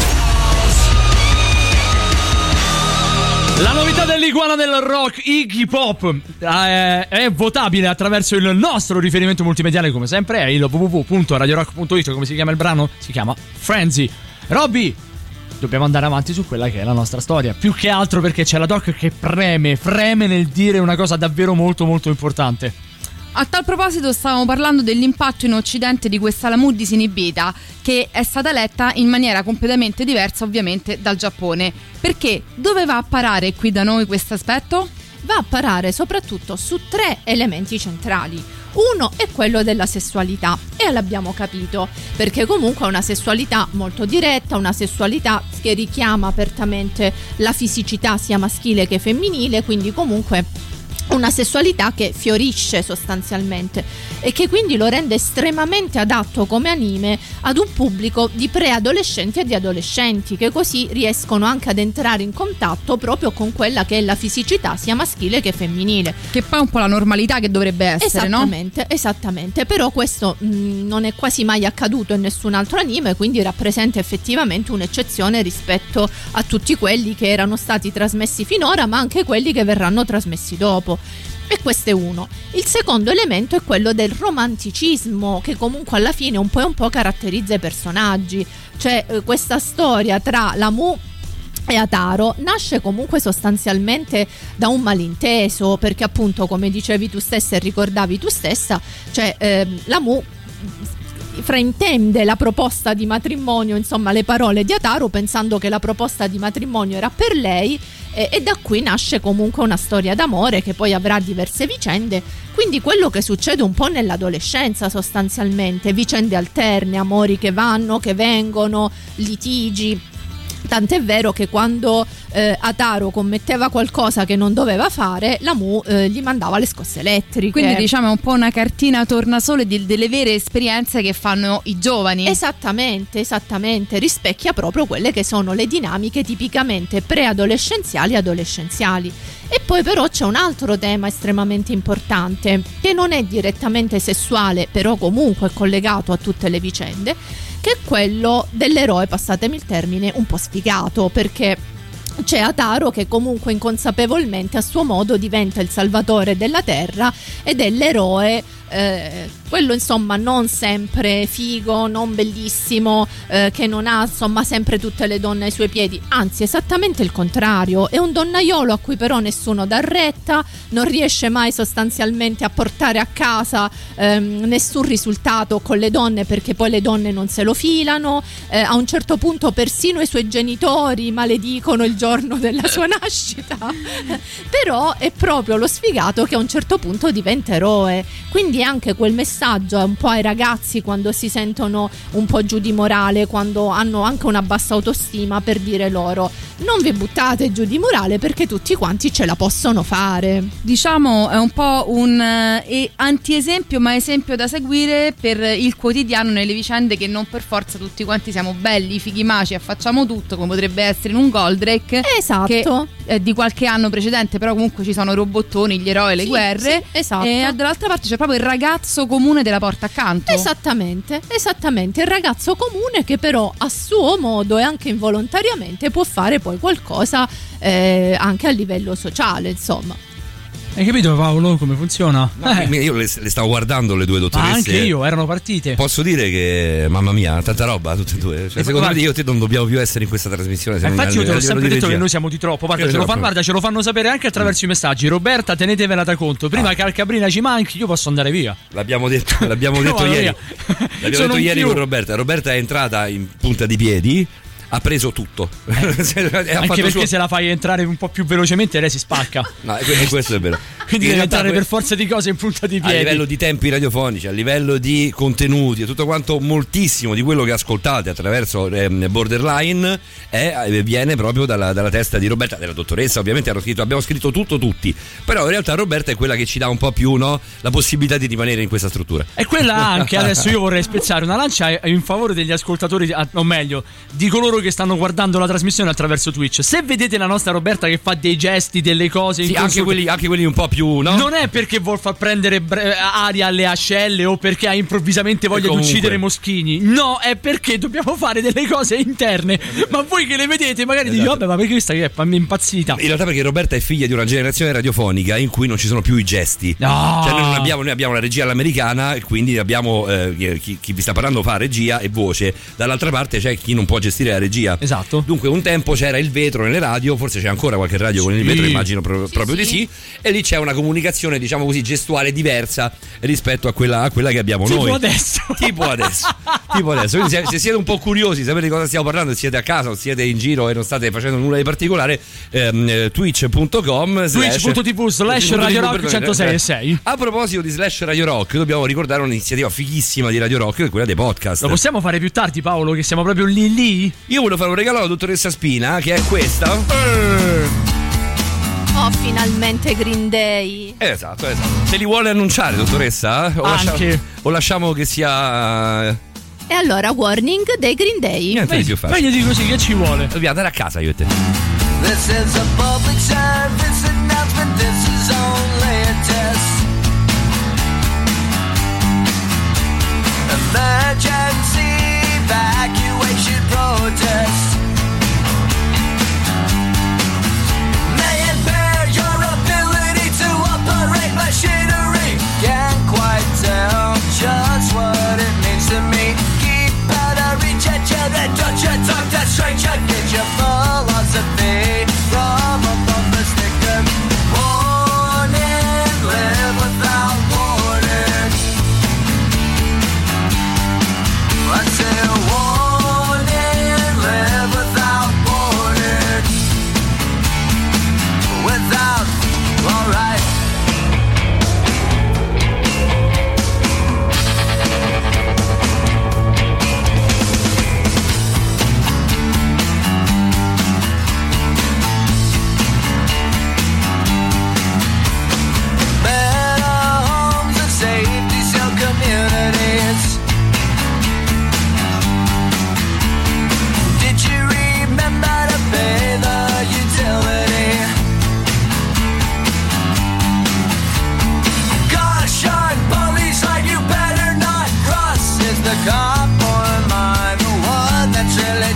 La novità dell'iguana del rock, Iggy Pop, è votabile attraverso il nostro riferimento multimediale, come sempre è il www.radiorock.it. Come si chiama il brano? Si chiama Frenzy. Robby, dobbiamo andare avanti su quella che è la nostra storia, più che altro perché c'è la doc che preme nel dire una cosa davvero molto molto importante. A tal proposito stavamo parlando dell'impatto in Occidente di questa Lamu disinibita, che è stata letta in maniera completamente diversa ovviamente dal Giappone. Perché dove va a parare qui da noi questo aspetto? Va a parare soprattutto su 3 elementi centrali. Uno è quello della sessualità, e l'abbiamo capito, perché comunque è una sessualità molto diretta, una sessualità che richiama apertamente la fisicità sia maschile che femminile, quindi comunque una sessualità che fiorisce sostanzialmente e che quindi lo rende estremamente adatto come anime ad un pubblico di preadolescenti e di adolescenti, che così riescono anche ad entrare in contatto proprio con quella che è la fisicità sia maschile che femminile, che poi è un po' la normalità che dovrebbe essere, esattamente, però questo non è quasi mai accaduto in nessun altro anime, quindi rappresenta effettivamente un'eccezione rispetto a tutti quelli che erano stati trasmessi finora, ma anche quelli che verranno trasmessi dopo. E questo è uno. Il secondo elemento è quello del romanticismo, che comunque alla fine un po' caratterizza i personaggi. Cioè questa storia tra Lamu e Hataro nasce comunque sostanzialmente da un malinteso, perché appunto, come dicevi tu stessa e ricordavi tu stessa, cioè Lamu fraintende la proposta di matrimonio, insomma le parole di Ataru, pensando che la proposta di matrimonio era per lei, e da qui nasce comunque una storia d'amore che poi avrà diverse vicende. Quindi quello che succede un po' nell'adolescenza, sostanzialmente, vicende alterne, amori che vanno, che vengono, litigi. Tant'è vero che quando Ataru commetteva qualcosa che non doveva fare, la Mu gli mandava le scosse elettriche. Quindi diciamo è un po' una cartina tornasole delle vere esperienze che fanno i giovani. Esattamente, rispecchia proprio quelle che sono le dinamiche tipicamente preadolescenziali e adolescenziali. E poi però c'è un altro tema estremamente importante, che non è direttamente sessuale, però comunque è collegato a tutte le vicende, che è quello dell'eroe, passatemi il termine, un po' sfigato, perché c'è Ataru che comunque inconsapevolmente a suo modo diventa il salvatore della terra ed è l'eroe, quello insomma non sempre figo, non bellissimo, che non ha insomma sempre tutte le donne ai suoi piedi, anzi esattamente il contrario, è un donnaiolo a cui però nessuno dà retta, non riesce mai sostanzialmente a portare a casa nessun risultato con le donne, perché poi le donne non se lo filano, a un certo punto persino i suoi genitori maledicono il giorno della sua nascita, però è proprio lo sfigato che a un certo punto diventa eroe. Quindi anche quel messaggio è un po' ai ragazzi quando si sentono un po' giù di morale, quando hanno anche una bassa autostima, per dire loro: non vi buttate giù di morale perché tutti quanti ce la possono fare. Diciamo è un po' un antiesempio, ma esempio da seguire per il quotidiano, nelle vicende che non per forza tutti quanti siamo belli, fighi maci, facciamo tutto, come potrebbe essere in un Goldrake. Esatto. Che è di qualche anno precedente, però comunque ci sono i robottoni, gli eroi, le guerre. Sì, esatto. E dall'altra parte c'è proprio il ragazzo comune della porta accanto. Esattamente, il ragazzo comune che però a suo modo e anche involontariamente può fare poi qualcosa anche a livello sociale, insomma. Hai capito Paolo come funziona? No, io le stavo guardando le due dottoresse. Ah, anche io, erano partite. Posso dire che, mamma mia, tanta roba tutte e due. Cioè, secondo me io e te non dobbiamo più essere in questa trasmissione. Infatti io te l'ho sempre detto che noi siamo di troppo. Guarda, ce lo fanno sapere anche attraverso i messaggi. Roberta, tenetevela da conto. Prima che al Caprina ci manchi, io posso andare via. L'abbiamo detto ieri. L'abbiamo detto ieri con Roberta. Roberta è entrata in punta di piedi. Ha preso tutto. Anche perché se la fai entrare un po' più velocemente lei si spacca. No, questo è vero. Quindi deve entrare per forza di cose in punta di piedi. A livello di tempi radiofonici, a livello di contenuti e tutto quanto, moltissimo di quello che ascoltate attraverso Borderline viene proprio dalla testa di Roberta, della dottoressa. Ovviamente abbiamo scritto tutto tutti, però in realtà Roberta è quella che ci dà un po' più la possibilità di rimanere in questa struttura. E quella anche, adesso io vorrei spezzare una lancia in favore degli ascoltatori, o meglio di coloro che stanno guardando la trasmissione attraverso Twitch. Se vedete la nostra Roberta che fa dei gesti, delle cose, sì, anche quelli un po' più, no? Non è perché vuol far prendere aria alle ascelle o perché ha improvvisamente voglia di uccidere moschini. No, è perché dobbiamo fare delle cose interne. Ma voi che le vedete magari dite: vabbè, ma perché questa che è impazzita? In realtà perché Roberta è figlia di una generazione radiofonica in cui non ci sono più i gesti. No. Cioè noi abbiamo la regia all'americana, e quindi abbiamo chi vi sta parlando fa regia e voce. Dall'altra parte c'è chi non può gestire la regia. Esatto. Dunque un tempo c'era il vetro nelle radio, forse c'è ancora qualche radio con il vetro, immagino proprio di sì, e lì c'è una comunicazione, diciamo così, gestuale diversa rispetto a quella che abbiamo tipo noi. Tipo adesso. Quindi se siete un po' curiosi, sapete di cosa stiamo parlando, siete a casa o siete in giro e non state facendo nulla di particolare, twitch.tv/Radio Rock 106.6. A proposito di /Radio Rock, dobbiamo ricordare un'iniziativa fighissima di Radio Rock, che è quella dei podcast. Lo possiamo fare più tardi, Paolo, che siamo proprio lì? Io volevo fare un regalo alla dottoressa Spina, che è questa. Oh, finalmente Green Day. Esatto. Se li vuole annunciare, dottoressa? O lasciamo che sia... E allora, warning dei Green Day. Niente di più facile. Meglio di così, che ci vuole? Dobbiamo andare a casa io e te. This is a public service announcement. This is only a test. Emergency evacuation protest. May impair your ability to operate machinery. Can't quite tell just what it means to me. Keep out of reach at children. Don't you talk to stranger. Get your philosophy from above the sticker. Warning, live without warning.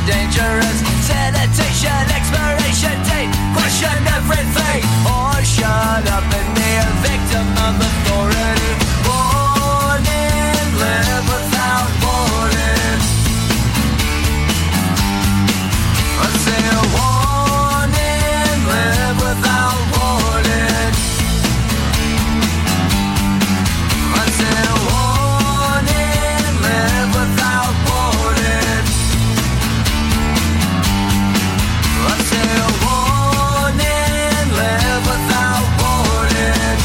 dangerous. Sanitation, expiration date, question everything, or shut up and be a victim of authority. Warning, live without warning. I say a warning, live without warning. I say a warning, live without warning. I say a warning, live without warning.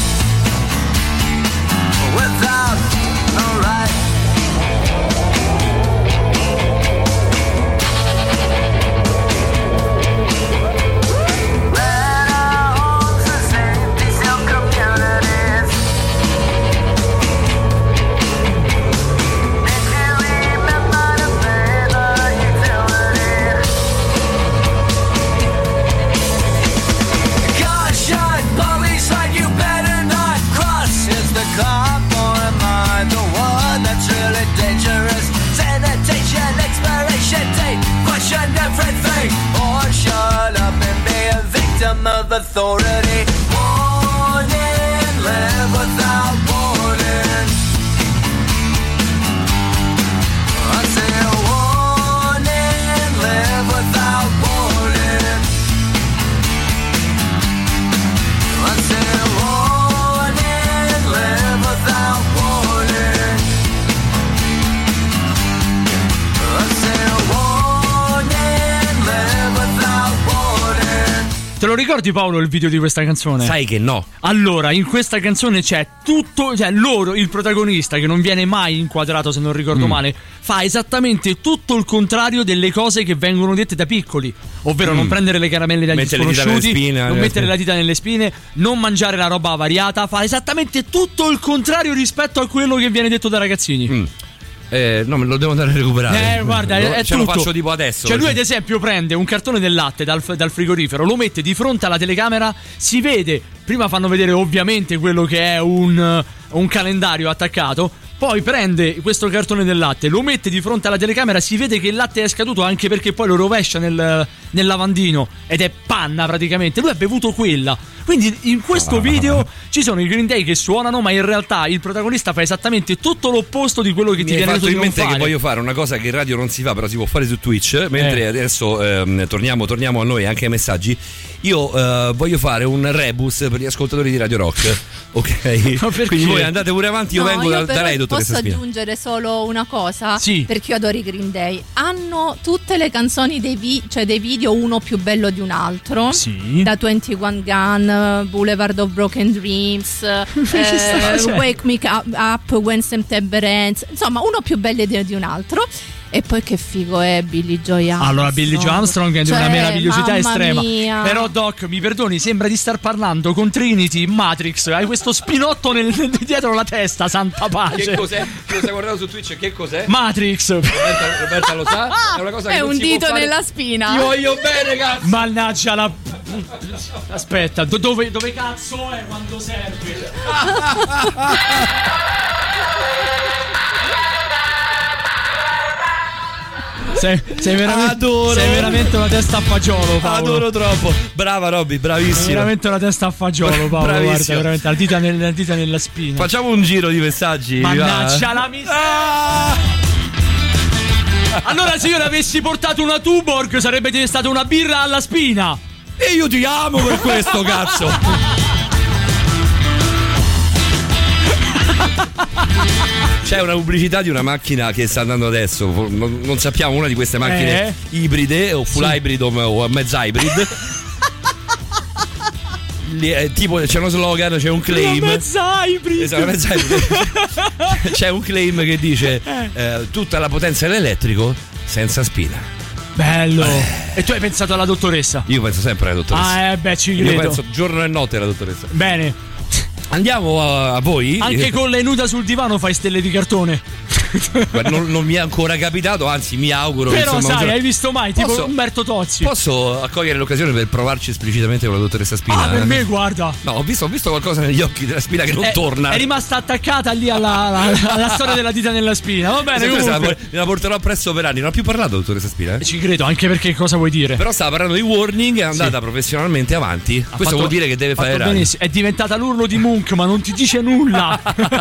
Without no right. Of authority. Warning, live without warning. I say a warning, live without warning. I say a warning, live without warning. I say a warning, live without warning. Te lo ricordi, Paolo, il video di questa canzone? Sai che no. Allora, in questa canzone c'è tutto, cioè loro, il protagonista, che non viene mai inquadrato se non ricordo male, fa esattamente tutto il contrario delle cose che vengono dette da piccoli, ovvero non prendere le caramelle dagli sconosciuti, non mettere la dita nelle spine, non mangiare la roba avariata, fa esattamente tutto il contrario rispetto a quello che viene detto da ragazzini. No, me lo devo andare a recuperare. Guarda, è ce tutto. lo faccio tipo adesso. Cioè lui ad esempio prende un cartone del latte dal frigorifero, lo mette di fronte alla telecamera, si vede, prima fanno vedere ovviamente quello che è un calendario attaccato, poi prende questo cartone del latte, lo mette di fronte alla telecamera, si vede che il latte è scaduto, anche perché poi lo rovescia nel lavandino ed è panna praticamente. Lui ha bevuto quella. Quindi in questo video ci sono i Green Day che suonano, ma in realtà il protagonista fa esattamente tutto l'opposto di quello che ti viene detto di non fare. Mi è fatto in mente che voglio fare una cosa che in radio non si fa, però si può fare su Twitch. Mentre adesso torniamo a noi, anche ai messaggi. Io voglio fare un rebus per gli ascoltatori di Radio Rock. Ok? Quindi voi andate pure avanti, io vengo da lei, dottoressa Spina. Posso aggiungere solo una cosa? Sì. Perché io adoro i Green Day. Hanno tutte le canzoni dei video, uno più bello di un altro. Sì. Da 21 Gun, Boulevard of Broken Dreams, Wake Me Up When September Ends. Insomma, uno più bello di un altro. E poi che figo è Billie Joy Armstrong. Allora, Billie Joy Armstrong è di una meravigliosità estrema. Mia. Però Doc, mi perdoni, sembra di star parlando con Trinity in Matrix. Hai questo spinotto dietro la testa, santa pace. Che cos'è? Chi lo sta guardando su Twitch, che cos'è? Matrix. Roberta lo sa. È una cosa che è non un si dito può fare. nella spina. Ti voglio bene, cazzo. Mannaggia la... Aspetta, dove cazzo è quando serve? Sei veramente una testa a fagiolo, Paolo. Adoro troppo. Brava Robby, bravissimo. Sei veramente una testa a fagiolo, Paolo. Guarda, veramente la dita nella spina. Facciamo un giro di messaggi. Mannaggia la miseria. Allora, se io le avessi portato una Tuborg, sarebbe stata una birra alla spina. E io ti amo per questo, cazzo. C'è una pubblicità di una macchina che sta andando adesso. Non sappiamo, una di queste macchine ibride o full hybrid o mezza hybrid. Tipo c'è uno slogan, c'è un claim. Mezza hybrid. Esatto, mezza hybrid. C'è un claim che dice tutta la potenza dell'elettrico senza spina. Bello. E tu hai pensato alla dottoressa? Io penso sempre alla dottoressa. Beh, ci credo. Io penso giorno e notte alla dottoressa. Bene. Andiamo a voi. Anche con le nuda sul divano fai stelle di cartone. Non mi è ancora capitato, anzi mi auguro. Però insomma, sai, hai visto mai tipo Umberto Tozzi? Posso accogliere l'occasione per provarci esplicitamente con la dottoressa Spina? Per me, guarda. No, ho visto qualcosa negli occhi della Spina che non torna. È rimasta attaccata lì alla storia della dita nella spina. Va bene, me la porterò appresso per anni. Non ha più parlato, dottoressa Spina? Ci credo, anche perché cosa vuoi dire? Però stava parlando di Warning, è andata professionalmente avanti. Questo vuol dire che deve fare radio. Benissimo. È diventata l'urlo di Munch, ma non ti dice nulla.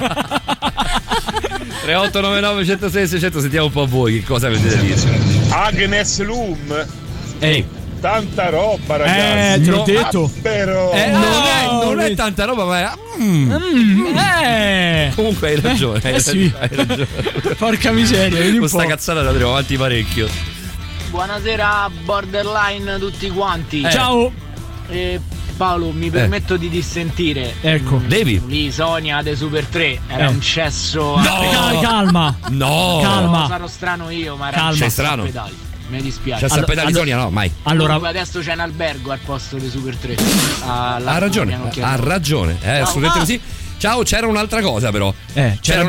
3899 106 600, sentiamo un po' voi che cosa avete da dire. Agnes Lum. Ehi, tanta roba, ragazzi. te l'ho detto. Però non è tanta roba, ma è comunque hai ragione. Sì. Hai ragione. Porca miseria, con sta cazzata la andremo avanti parecchio. Buonasera Borderline tutti quanti. Ciao. Paolo, mi permetto di dissentire. Ecco. Devi. Lì Sonia de Super 3 era un cesso. No. Calma. No. Calma. Sarò strano io, ma era Calma. un Sei cesso strano. a pedali. Mi dispiace. C'è pedali Sonia, no, mai. Allora, adesso c'è un albergo al posto di Super 3. Ha ragione. Assolutamente così. Ciao, c'era un'altra cosa però. C'era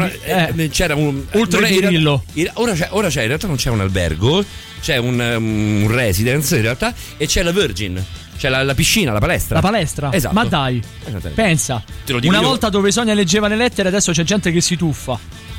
un Ultra Grillo. Ora c'è, in realtà non c'è un albergo, c'è un residence in realtà, e c'è la Virgin. C'è la piscina, la palestra. La palestra? Esatto. Ma dai, pensa. Te lo dico una io. volta dove Sonia leggeva le lettere, adesso c'è gente che si tuffa.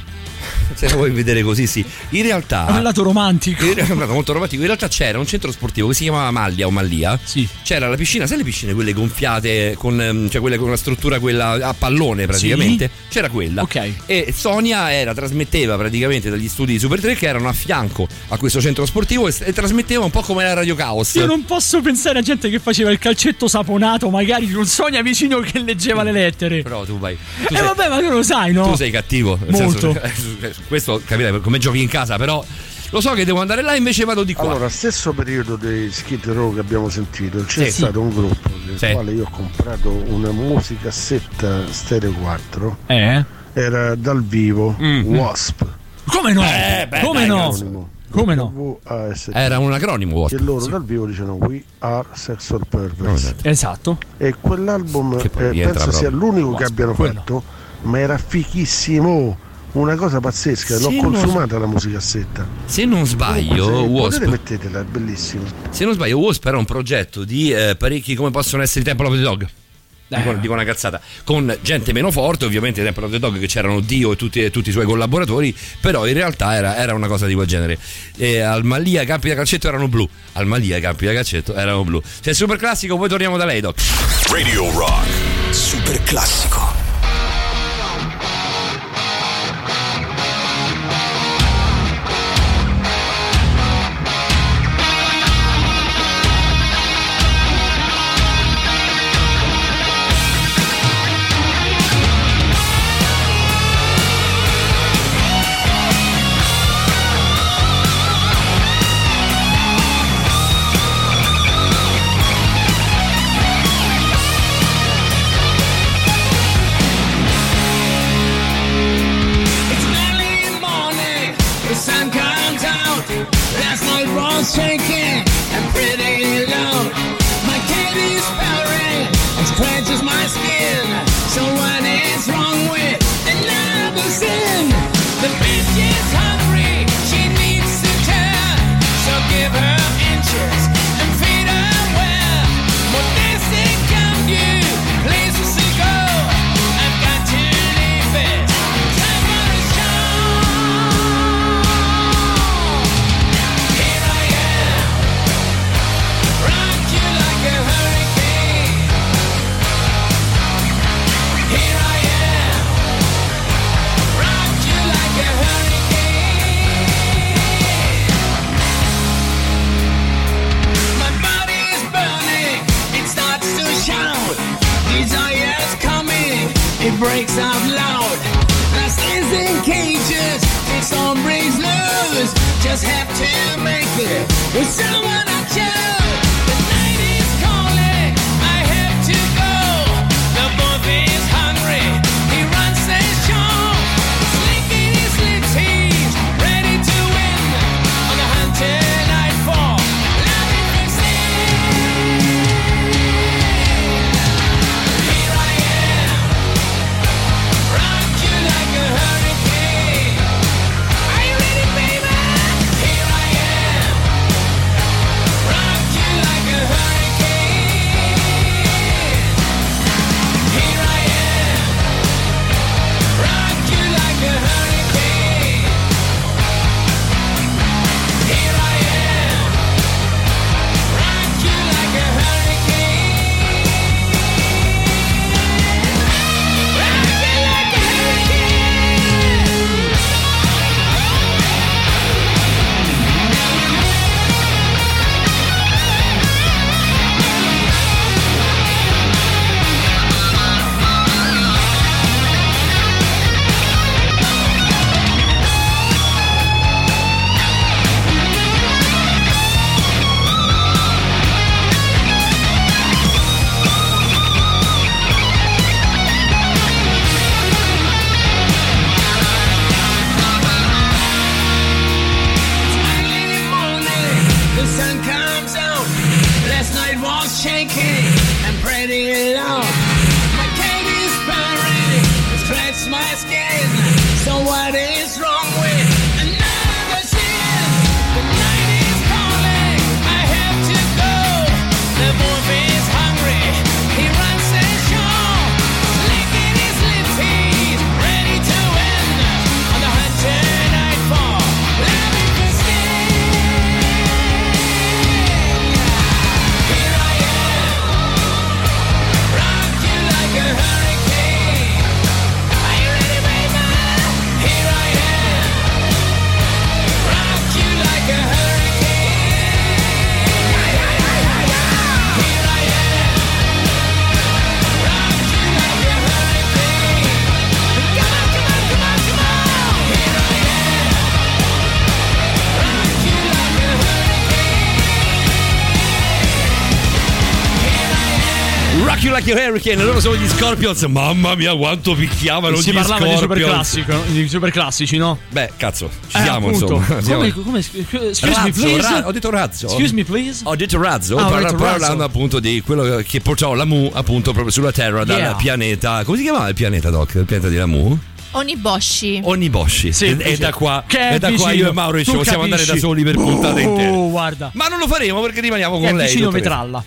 Se la vuoi vedere così, sì. In realtà è un lato romantico. È un lato molto romantico. In realtà c'era un centro sportivo che si chiamava Maglia o Mallia. Sì. C'era la piscina, sai le piscine quelle gonfiate con cioè quelle con una struttura quella a pallone praticamente. Sì. C'era quella. Ok. E Sonia trasmetteva praticamente dagli studi di Super 3 che erano a fianco a questo centro sportivo e trasmetteva un po' come la Radio Caos. Io non posso pensare a gente che faceva il calcetto saponato, magari con Sonia vicino che leggeva le lettere. Però tu vai. Vabbè, ma tu lo sai, no? Tu sei cattivo. Molto. Questo capite come giochi in casa, però lo so che devo andare là, invece vado di qua. Allora, stesso periodo dei Skid Row che abbiamo sentito, c'è stato un gruppo del quale io ho comprato una musicassetta stereo 4. Era dal vivo, Wasp. Come no? Come no? Come no? Era un acronimo Wasp. E loro dal vivo dicevano We Are Sexual Perverts. Esatto. E quell'album penso sia l'unico che abbiano fatto, ma era fichissimo. Una cosa pazzesca, l'ho consumata la musicassetta. Se non sbaglio, Wasp, mettetela, è bellissimo. Se non sbaglio, Wasp era un progetto di parecchi come possono essere i Temple of the Dog. Dico una cazzata, con gente meno forte, ovviamente Temple of the Dog che c'erano Dio e tutti i suoi collaboratori, però in realtà era una cosa di quel genere. Al Mallia i campi da calcetto erano blu. Al Mallia i campi da calcetto erano blu. C'è Super Classico, poi torniamo da lei, Doc. Radio Rock Super Classico. Shaking and pretty low. My kitty's purring and scratches my skin. So what is wrong with another sin? The bitch is hungry, she needs to turn. So give her inches and feed her well. More this it come you, places to go. I've got to leave it. Time for a show. It breaks out loud. Last is in cages. It's all breaks loose. Just have to make it with someone I chose. The night is calling. I have to go. The wolf is hungry. He runs the show. Slinking his lips. He's ready to win. On the hunt tonight for loving for sin. Here I am. Rock you like a hurricane. walk shaking and pretty low. My cat is purring, scratch my skin. So what is wrong with another sin? The night is calling, I have to go. The wolf is hungry, he runs the show. Licking his lips, he's ready to end on the hunt tonight for loving the skin. Here I am, rock you like a hurricane. Are you ready, baby? Here I am, rock you like a hurricane. Here I am, rock you like a hurricane. Come on, come on, come on, come on. Here I am, rock you like a hurricane. Rock You Like a Hurricane, loro sono gli Scorpions. Mamma mia, quanto picchiavano Si gli parlava Scorpions. di super classici, no? Beh, cazzo, ci siamo appunto. insomma. Come excuse me, Razzo, please. ho detto razzo. Excuse me, please. Ho detto razzo, Ah, ho detto parlando razzo. appunto di quello che portò la Mu appunto proprio sulla Terra dal Yeah. pianeta. Come si chiamava il pianeta, Doc? Il pianeta di la Mu? Oniboshi. Oniboshi. Sì, e da qua, che è e da qua vicino. io e Mauro ci Tu possiamo andare capisci? da soli per puntate intere. Guarda. Ma non lo faremo perché rimaniamo con È lei. vicino dottoressa. Vetralla.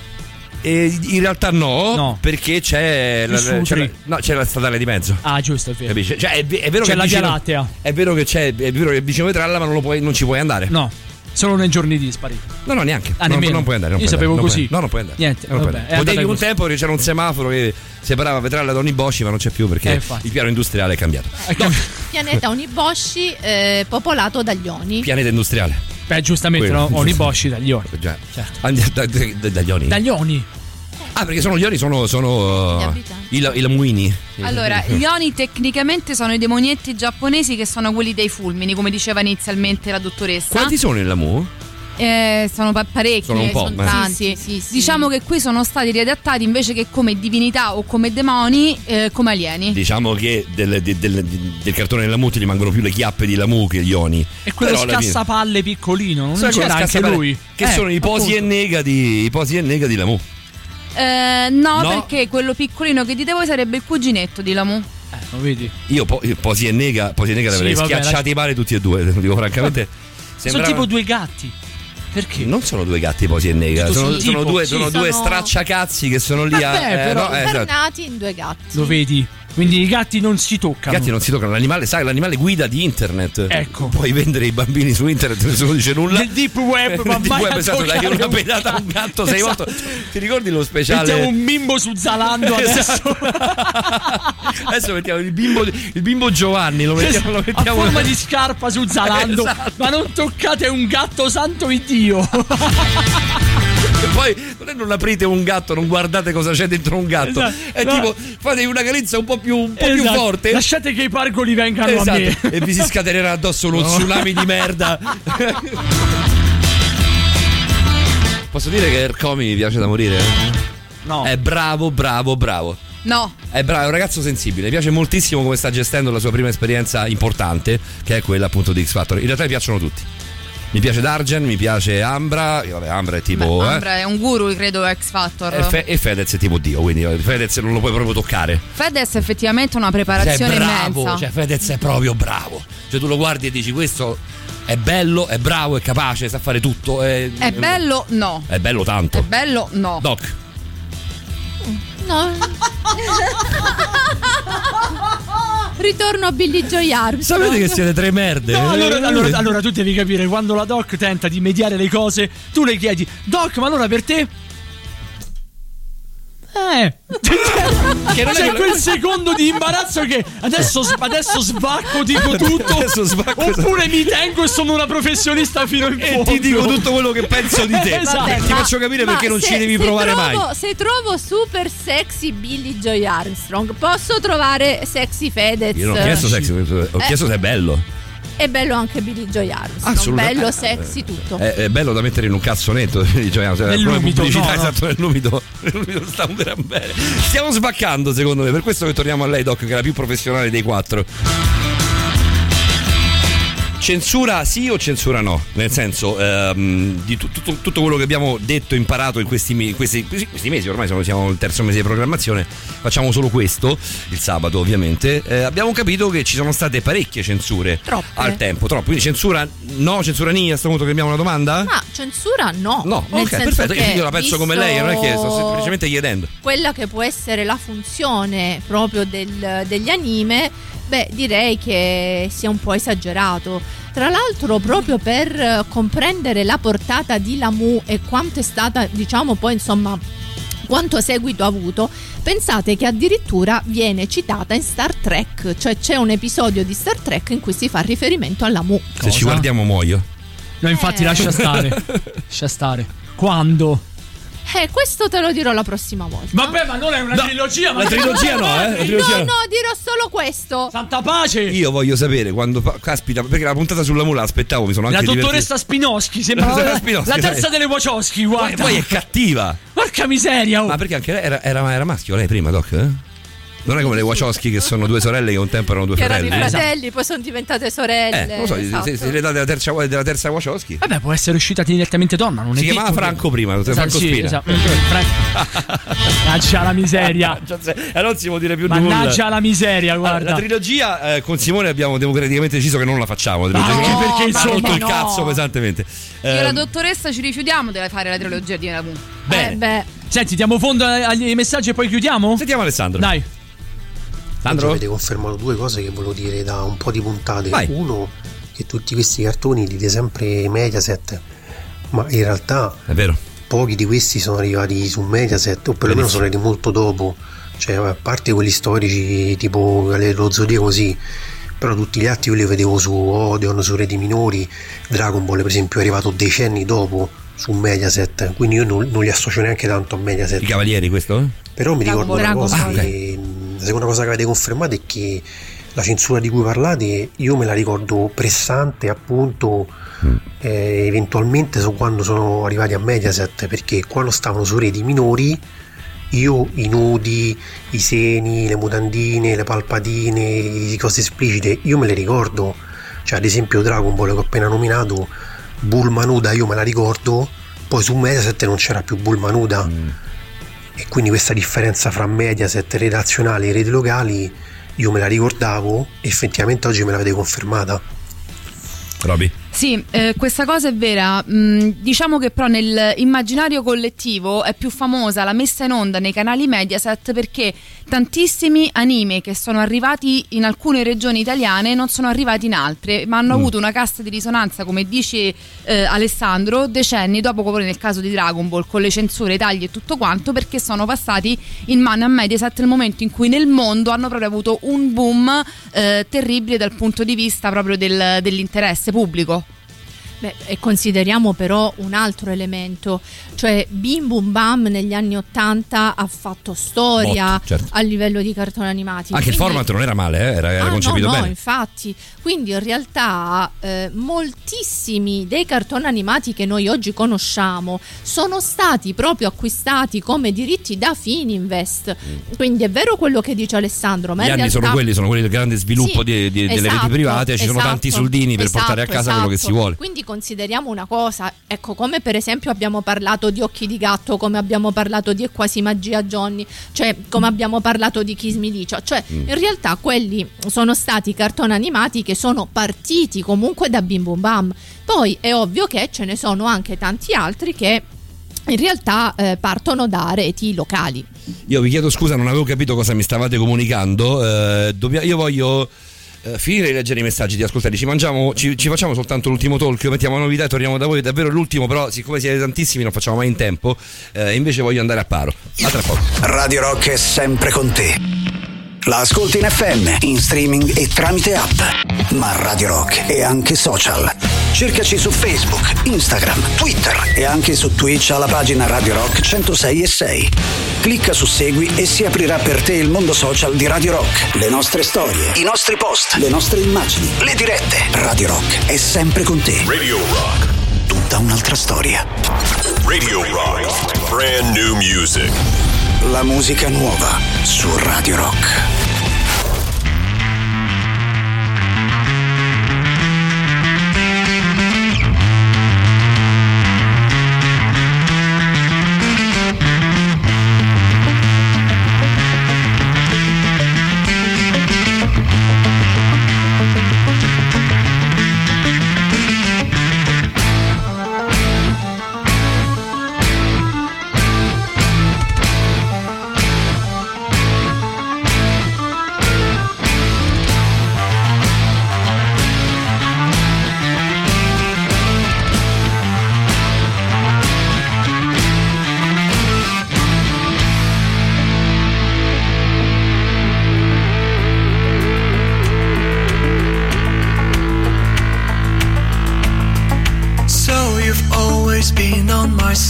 In realtà no, perché c'è Il Sutri. c'è la statale di mezzo. Ah, giusto, è vero. Capisci? Cioè, è vero C'è che la vicino, Via Lattea. È vero che è vero che è vicino Vetralla, ma non ci puoi andare. No, solo nei giorni dispari. No, neanche. Ah, nemmeno. Non puoi andare. Io sapevo così. No, non puoi andare. Niente, Non puoi vabbè, andare. è Potevi andata un così. tempo che c'era un semaforo che separava Vetralla da Oniboshi, ma non c'è più perché infatti. il piano industriale è cambiato. Pianeta Oniboshi popolato dagli Oni. Pianeta industriale. Beh, giustamente, Quello. no? Oniboshi dagli Oni. Già. Certo. Dagli Oni. Dagli Oni. Ah, perché sono gli Oni, sono Gli abitanti. i lamuini. Allora, gli Oni tecnicamente sono i demonietti giapponesi che sono quelli dei fulmini, come diceva inizialmente la dottoressa. Quanti sono in Lamu? Sono parecchi. Sono un po', sono beh. tanti. Sì, sì. Diciamo che qui sono stati riadattati invece che come divinità o come demoni, come alieni. Diciamo che del cartone Lamu ti rimangono più le chiappe di Lamu che gli Oni. E quello Però alla fine- scassapalle piccolino, non Sai quello c'era anche scassapalle? lui? Che sono i posi e nega di Lamu. No, No? perché quello piccolino che dite voi sarebbe il cuginetto di Lamu. Lo vedi? Io posi e nega l'avrei vabbè, schiacciati male tutti e due, lo dico francamente. Sono tipo due gatti. Perché? Non sono due gatti posi e nega, Dico, sono, sì, sono tipo, due, sì, sono due sono- stracciacazzi che sono lì Vabbè, esatto. Invernati in due gatti. Lo vedi? Quindi i gatti non si I toccano. gatti non si toccano, l'animale, sai, l'animale guida di internet. Ecco. Puoi vendere i bambini su internet, nessuno dice nulla. Nel deep web, ma Nel deep mai web, a esatto, dai toccare una un pedata a un gatto sei Esatto. volte. Ti ricordi lo speciale? Mettiamo un bimbo su Zalando adesso. Esatto. Adesso mettiamo il bimbo Giovanni, lo mettiamo, A forma di scarpa su Zalando. Esatto. Ma non toccate un gatto, santo Dio. E poi non aprite un gatto, non guardate cosa c'è dentro un gatto. Esatto. È No. tipo fatevi una carezza un po' più Esatto. forte. Lasciate che i pargoli vengano Esatto. a me. E vi si scatenerà addosso uno tsunami di merda. Posso dire che Ercomi mi piace da morire? No. È bravo. No. È bravo, è un ragazzo sensibile. Mi piace moltissimo come sta gestendo la sua prima esperienza importante, che è quella appunto di X Factor. In realtà mi piacciono tutti. Mi piace Dargen, mi piace Ambra. Vabbè, Ambra è tipo. Ambra è un guru, credo, X Factor. E Fedez è tipo Dio, quindi Fedez non lo puoi proprio toccare. Fedez è effettivamente una Cioè, preparazione è bravo, immensa. cioè Fedez è proprio bravo. Cioè tu lo guardi e dici questo è bello, è bravo, è capace, sa fare tutto. È bello? No. È bello tanto. È bello? No. Doc. No. Ritorno a Billy Joy Armstrong. Sapete che siete tre merde? No, allora tu devi capire, quando la Doc tenta di mediare le cose, tu le chiedi: Doc, ma allora per te? Che non c'è quel secondo di imbarazzo che adesso sbacco, dico tutto. Adesso sbacco, oppure mi tengo e sono una professionista fino in fondo. E ti dico tutto quello che penso di te. Esatto. Vabbè, ti faccio capire perché non ci devi provare mai. Se trovo super sexy Billy Joy Armstrong, posso trovare sexy Fedez? Io non ho chiesto sexy, ho chiesto se è bello. È bello anche Billy Joy Armstrong. Assolutamente. Bello, sexy, tutto. È bello da mettere in un cazzonetto, diciamo, cioè, Nell'umido, pubblicità, no. esatto, nell'umido sta un gran bene. Stiamo sbaccando, secondo me, per questo che torniamo a lei, Doc, che è la più professionale dei quattro. Censura sì o censura no? Nel senso, di tutto quello che abbiamo detto, imparato in questi mesi, ormai siamo al terzo mese di programmazione, facciamo solo questo, il sabato ovviamente, abbiamo capito che ci sono state parecchie censure. Troppe. Al tempo, troppo. Quindi censura no, censura ni, a questo punto cambiamo una domanda? Ma censura no. No, nel ok, senso perfetto, che io la penso come lei, non è che sto semplicemente chiedendo. Quella che può essere la funzione proprio degli anime, beh, direi che sia un po' esagerato. Tra l'altro, proprio per comprendere la portata di Lamu e quanto è stata, diciamo, poi insomma, quanto seguito ha avuto, pensate che addirittura viene citata in Star Trek, cioè c'è un episodio di Star Trek in cui si fa riferimento a Lamu. Se ci guardiamo muoio. No, infatti lascia stare. Lascia stare. Quando? Questo te lo dirò la prossima volta. Vabbè, ma non è una trilogia. La trilogia no, la trilogia no, dirò solo questo. Santa pace. Io voglio sapere quando caspita, perché la puntata sulla mula aspettavo, mi sono anche divertito. La dottoressa Spinowski sembra la terza delle Wachowski, guarda. Poi è cattiva. Porca miseria. Ma perché anche lei era maschio lei prima, Doc? Non è come le Wachowski che sono due sorelle che un tempo erano due fratelli. Erano i fratelli, poi sono diventate sorelle. Non lo so, esatto. se le date della terza Wachowski. Vabbè, può essere uscita direttamente donna, non è si chiamava Franco prima, Franco Spina. Esatto. Mannaggia la miseria. Non si può dire più nulla. Mannaggia la miseria, guarda. La trilogia con Simone abbiamo democraticamente deciso che non la facciamo. Perché insomma rotto il cazzo pesantemente. Io e la dottoressa ci rifiutiamo di fare la trilogia di Lamu. Bene. Senti, diamo fondo agli messaggi e poi chiudiamo? Sentiamo Alessandro. Dai. Oggi avete confermato due cose che volevo dire da un po' di puntate. Vai. Uno, che tutti questi cartoni li dite sempre Mediaset, ma in realtà è vero, pochi di questi sono arrivati su Mediaset, o perlomeno sono arrivati molto dopo. Cioè, a parte quelli storici tipo lo Zodiaco così, però tutti gli altri io li vedevo su Odeon, su reti minori. Dragon Ball per esempio è arrivato decenni dopo su Mediaset, quindi io non li associo neanche tanto a Mediaset. I Cavalieri questo? Però mi ricordo una cosa, okay. La seconda cosa che avete confermato è che la censura di cui parlate io me la ricordo pressante appunto eventualmente quando sono arrivati a Mediaset, perché quando stavano su reti minori io i nudi, i seni, le mutandine, le palpatine, le cose esplicite io me le ricordo. Cioè ad esempio Dragon Ball che ho appena nominato, Bulma nuda io me la ricordo, poi su Mediaset non c'era più Bulma nuda. E quindi questa differenza fra Mediaset, redazionali e reti locali io me la ricordavo, effettivamente oggi me l'avete confermata. Roby? Sì, questa cosa è vera. Diciamo che però nell'immaginario collettivo è più famosa la messa in onda nei canali Mediaset perché tantissimi anime che sono arrivati in alcune regioni italiane non sono arrivati in altre, ma hanno avuto una cassa di risonanza, come dice Alessandro, decenni dopo, come nel caso di Dragon Ball, con le censure, i tagli e tutto quanto, perché sono passati in mano a Mediaset nel momento in cui nel mondo hanno proprio avuto un boom terribile dal punto di vista proprio dell'interesse pubblico. Beh, e consideriamo però un altro elemento, cioè Bim Bum Bam negli anni '80 ha fatto storia a livello di cartoni animati. Anche il format non era male, era concepito bene. No, infatti. Quindi in realtà moltissimi dei cartoni animati che noi oggi conosciamo sono stati proprio acquistati come diritti da Fininvest. Quindi è vero quello che dice Alessandro, ma gli in anni realtà sono quelli del grande sviluppo delle reti private, ci sono tanti soldini per portare a casa quello che si vuole. Quindi consideriamo una cosa, ecco, come per esempio abbiamo parlato di Occhi di Gatto, come abbiamo parlato di È quasi magia Johnny, cioè come abbiamo parlato di Kiss Me Licio, cioè in realtà quelli sono stati cartoni animati che sono partiti comunque da Bim Bum Bam. Poi è ovvio che ce ne sono anche tanti altri che in realtà partono da reti locali. Io vi chiedo scusa, non avevo capito cosa mi stavate comunicando. Io voglio finire di leggere i messaggi, di ascoltare. Ci facciamo soltanto l'ultimo talk, mettiamo novità e torniamo da voi. Davvero l'ultimo, però siccome siete tantissimi non facciamo mai in tempo, invece voglio andare a paro. A tra poco. Radio Rock è sempre con te. La ascolti in FM, in streaming e tramite app. Ma Radio Rock è anche social. Cercaci su Facebook, Instagram, Twitter e anche su Twitch alla pagina Radio Rock 106.6. Clicca su Segui e si aprirà per te il mondo social di Radio Rock. Le nostre storie, i nostri post, le nostre immagini, le dirette. Radio Rock è sempre con te. Radio Rock. Tutta un'altra storia. Radio Rock. Brand new music. La musica nuova su Radio Rock.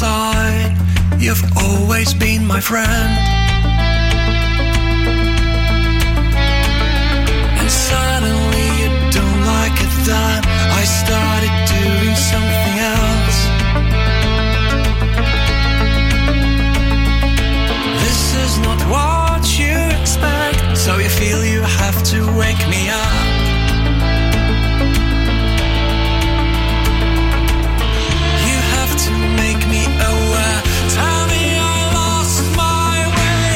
side. You've always been my friend. And suddenly you don't like it that I started doing something else. This is not what you expect, so you feel you have to wake me up. You have to make me aware. Tell me I lost my way.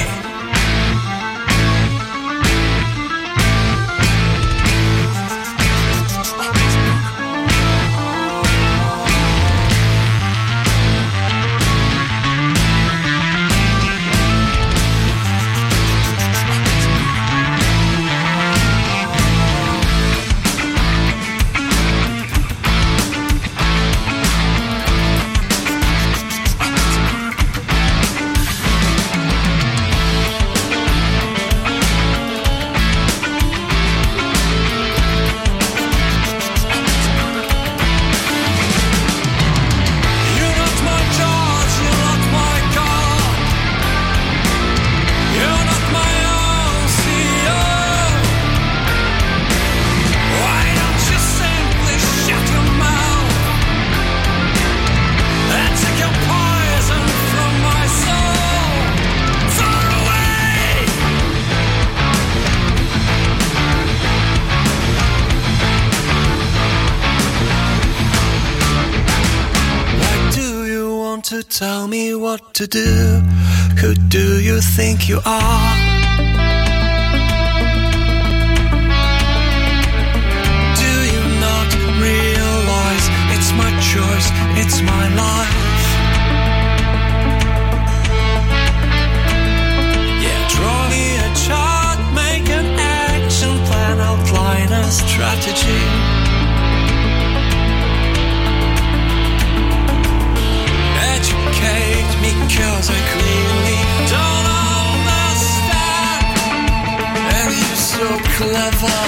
To tell me what to do. Who do you think you are? Do you not realize it's my choice, it's my life? Yeah, draw me a chart, make an action plan, outline a strategy. Educate me, 'cause I clearly don't understand. And you're so clever.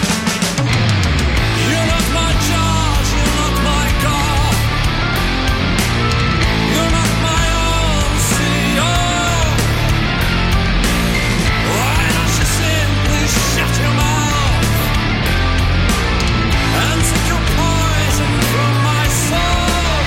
You're not my judge, you're not my God. You're not my own CEO. Why don't you simply shut your mouth and take your poison from my soul?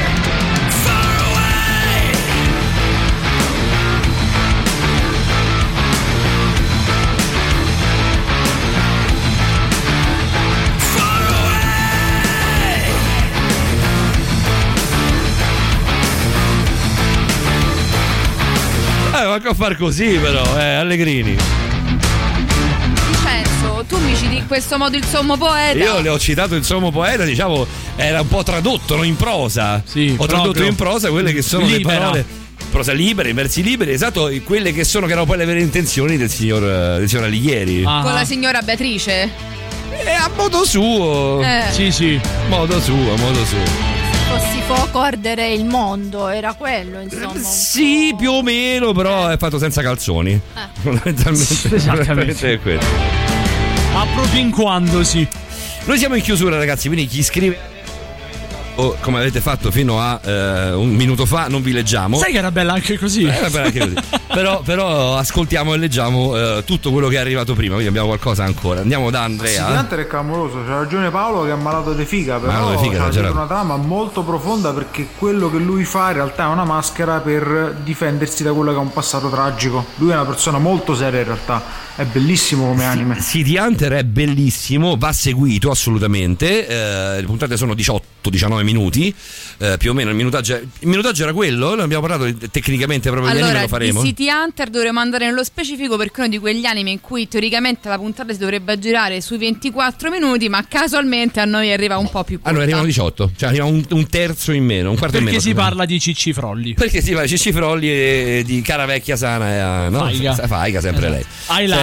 Manco a far così però, Allegrini. Vincenzo, tu mi citi in questo modo il sommo poeta. Io le ho citato il sommo poeta, diciamo, era un po' tradotto, no? In prosa. Sì, ho tradotto in prosa quelle che sono libera. le parole. Prosa libera, in versi liberi, esatto, quelle che erano poi le vere intenzioni del signor Alighieri. Con la signora Beatrice. A modo suo. Sì. Modo suo. Fossi fuoco ardere il mondo, era quello, insomma. Sì, più o meno, però è fatto senza calzoni. Fondamentalmente. Esattamente. È quello. Appropinquandosi. Noi siamo in chiusura, ragazzi, quindi chi scrive come avete fatto fino a un minuto fa, non vi leggiamo. Sai che era bella anche così? Era bella anche così. però ascoltiamo e leggiamo tutto quello che è arrivato prima, quindi abbiamo qualcosa ancora. Andiamo da Andrea. L'Hunter è clamoroso, c'ha ragione Paolo che è malato di figa, però c'ha una trama molto profonda, perché quello che lui fa in realtà è una maschera per difendersi da quello che è un passato tragico. Lui è una persona molto seria in realtà. È bellissimo come anime. City Hunter è bellissimo, va seguito assolutamente. Le puntate sono 18-19 minuti, più o meno il minutaggio era quello. Ne abbiamo parlato tecnicamente proprio di anime, lo faremo. Di City Hunter dovremmo andare nello specifico, perché uno di quegli anime in cui teoricamente la puntata si dovrebbe girare sui 24 minuti, ma casualmente a noi arriva un po' più corta. A noi arrivano 18, cioè arriva un terzo in meno, un quarto in meno. Perché si parla di Cicci Frolli. Perché si parla di Cicci Frolli e di cara vecchia sana, no? Faiga sempre lei. Highlight.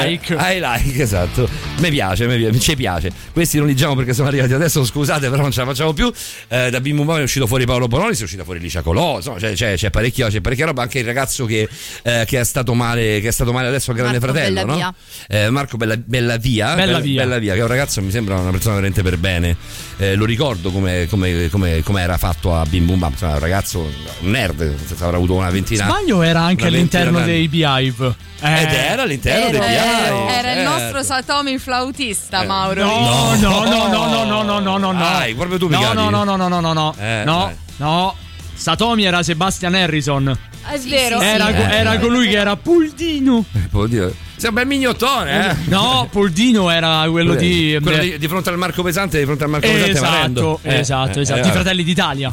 like. I like, esatto. Mi piace, ci piace. Questi non leggiamo perché sono arrivati adesso, scusate, però non ce la facciamo più. Da Bim Bum Bam è uscito fuori Paolo Bonolis, è uscita fuori Licia Colò, insomma, c'è parecchia roba, anche il ragazzo che è stato male adesso al Grande Fratello, no? Marco Bellavia, che è un ragazzo, mi sembra una persona veramente per bene. Lo ricordo come era fatto a Bim Bum Bam, insomma, un ragazzo, un nerd, avrà avuto una ventina. Sbaglio, era anche all'interno dei Beehive. Ed era all'interno dei Beehive. Era il nostro Satomi flautista, Mauro. No. Dai, proprio tu mi cadi. No. Satomi era Sebastian Harrison. È vero. Era colui che era Poldino. Sei un bel mignottone, eh? No, Poldino era quello di fronte al Marco Pesante, esatto, di Fratelli d'Italia.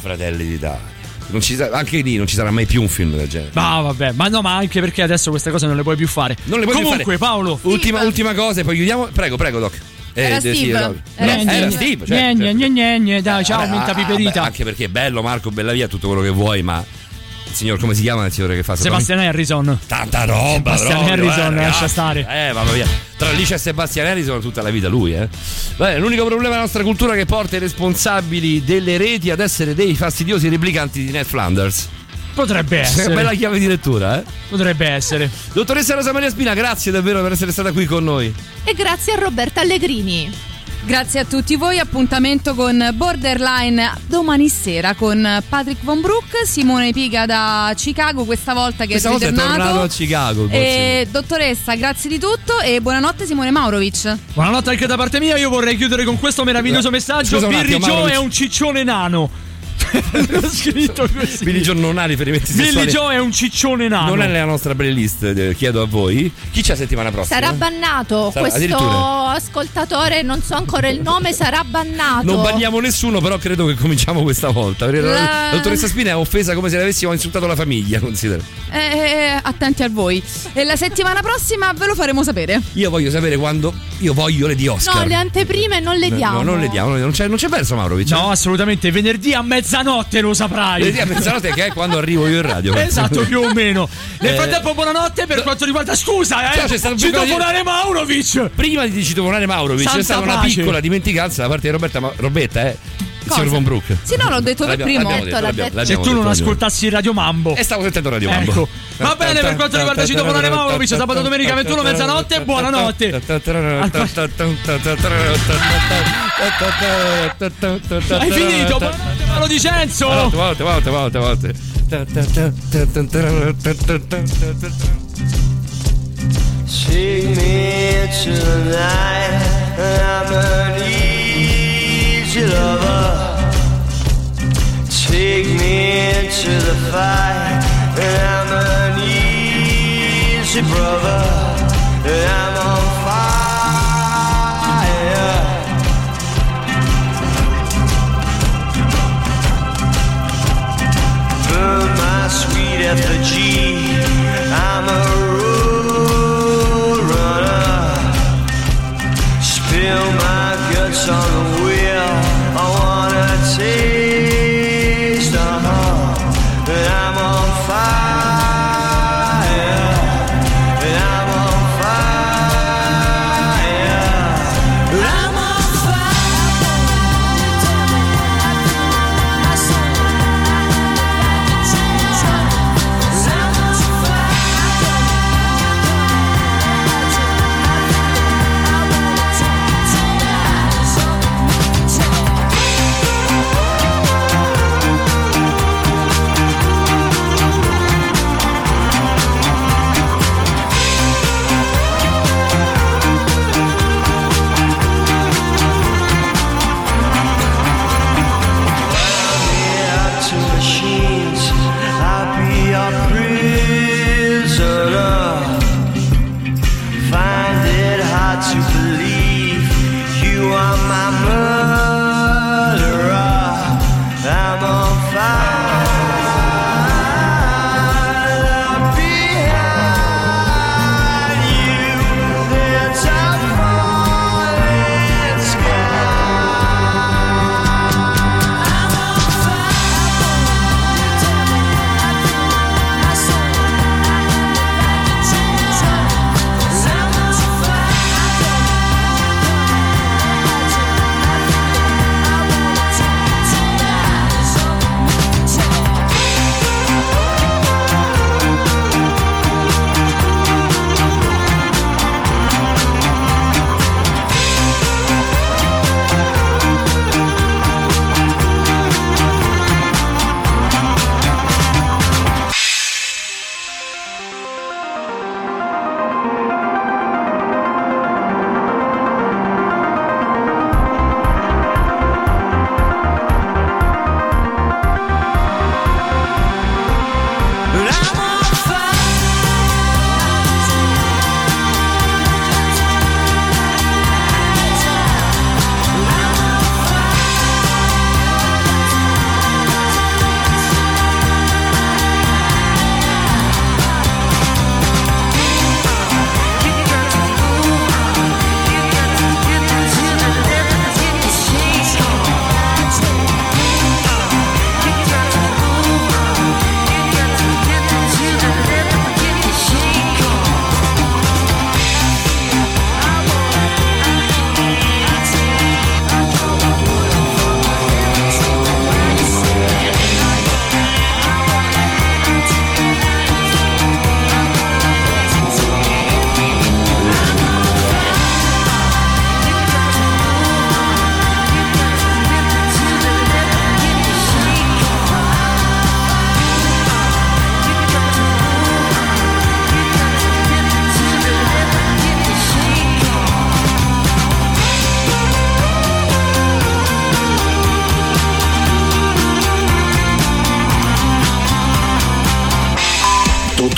Anche lì non ci sarà mai più un film del genere. Vabbè, ma anche perché adesso queste cose non le puoi più fare. Comunque, Paolo, ultima cosa e poi chiudiamo. Prego, Doc. Era Steve. Era Steve, dai, ciao, menta piperita. Anche perché è bello, Marco, bella via, tutto quello che vuoi, ma il signor, come si chiama il signore che fa Sebastian Harrison. Tanta roba, Sebastian Harrison, lascia stare. Mamma mia. Tra Alice e Sebastian Harrison tutta la vita lui, Beh, l'unico problema della nostra cultura è che porta i responsabili delle reti ad essere dei fastidiosi replicanti di Ned Flanders. Potrebbe essere. Bella chiave di lettura, Potrebbe essere. Dottoressa Rosa Maria Spina, grazie davvero per essere stata qui con noi. E grazie a Roberta Allegrini. Grazie a tutti voi, appuntamento con Borderline domani sera con Patrick Von Broek, Simone Piga da Chicago, questa volta è tornato a Chicago. E dottoressa, grazie di tutto e buonanotte Simone Maurovic. Buonanotte anche da parte mia, io vorrei chiudere con questo meraviglioso messaggio. Billy Joe è un ciccione nano. L'ho scritto così. Billy Joe non ha riferimenti sessuali. Billy Joe è un ciccione nano. Non è nella nostra playlist, chiedo a voi. Chi c'è settimana prossima? Sarà bannato questo ascoltatore, non so ancora il nome, sarà bannato. Non banniamo nessuno, però credo che cominciamo questa volta. La dottoressa Spina è offesa come se le avessimo insultato la famiglia, considera. Attenti a voi. E la settimana prossima ve lo faremo sapere. Io voglio sapere quando. Io voglio le di Oscar. No, le anteprime non le diamo. No, non le diamo, non c'è verso, Maurovic. No, assolutamente. Venerdì a mezzanotte lo saprai. Venerdì a mezzanotte che è quando arrivo io in radio. Esatto, più o meno. Nel frattempo, buonanotte per quanto riguarda. Scusa, citofonare Maurovic. Prima di citofonare Maurovic c'è stata una piccola dimenticanza da parte di Robetta, signor Von Broek. Sì, no, l'ho detto per primo. Se tu non ascoltassi Radio Mambo. E stavo sentendo Radio Mambo. Ecco. Va bene, per quanto riguarda citofonare Maurovic, sabato domenica 21 mezzanotte, buonanotte. Hai finito? Buonanotte Paolo Di Cenzo. Buonanotte. Take me tonight, I'm an easy lover. Take me into the fight, I'm an easy brother, and I'm on fire. Burn my sweet effigy, I'm a spill my guts on the wheel. I wanna taste and I'm on fire, and I'm on fire, and I'm on fire.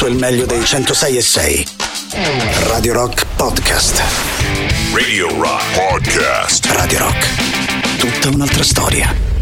tutto il meglio dei 106.6. Radio Rock Podcast. Radio Rock Podcast. Radio Rock. Tutta un'altra storia.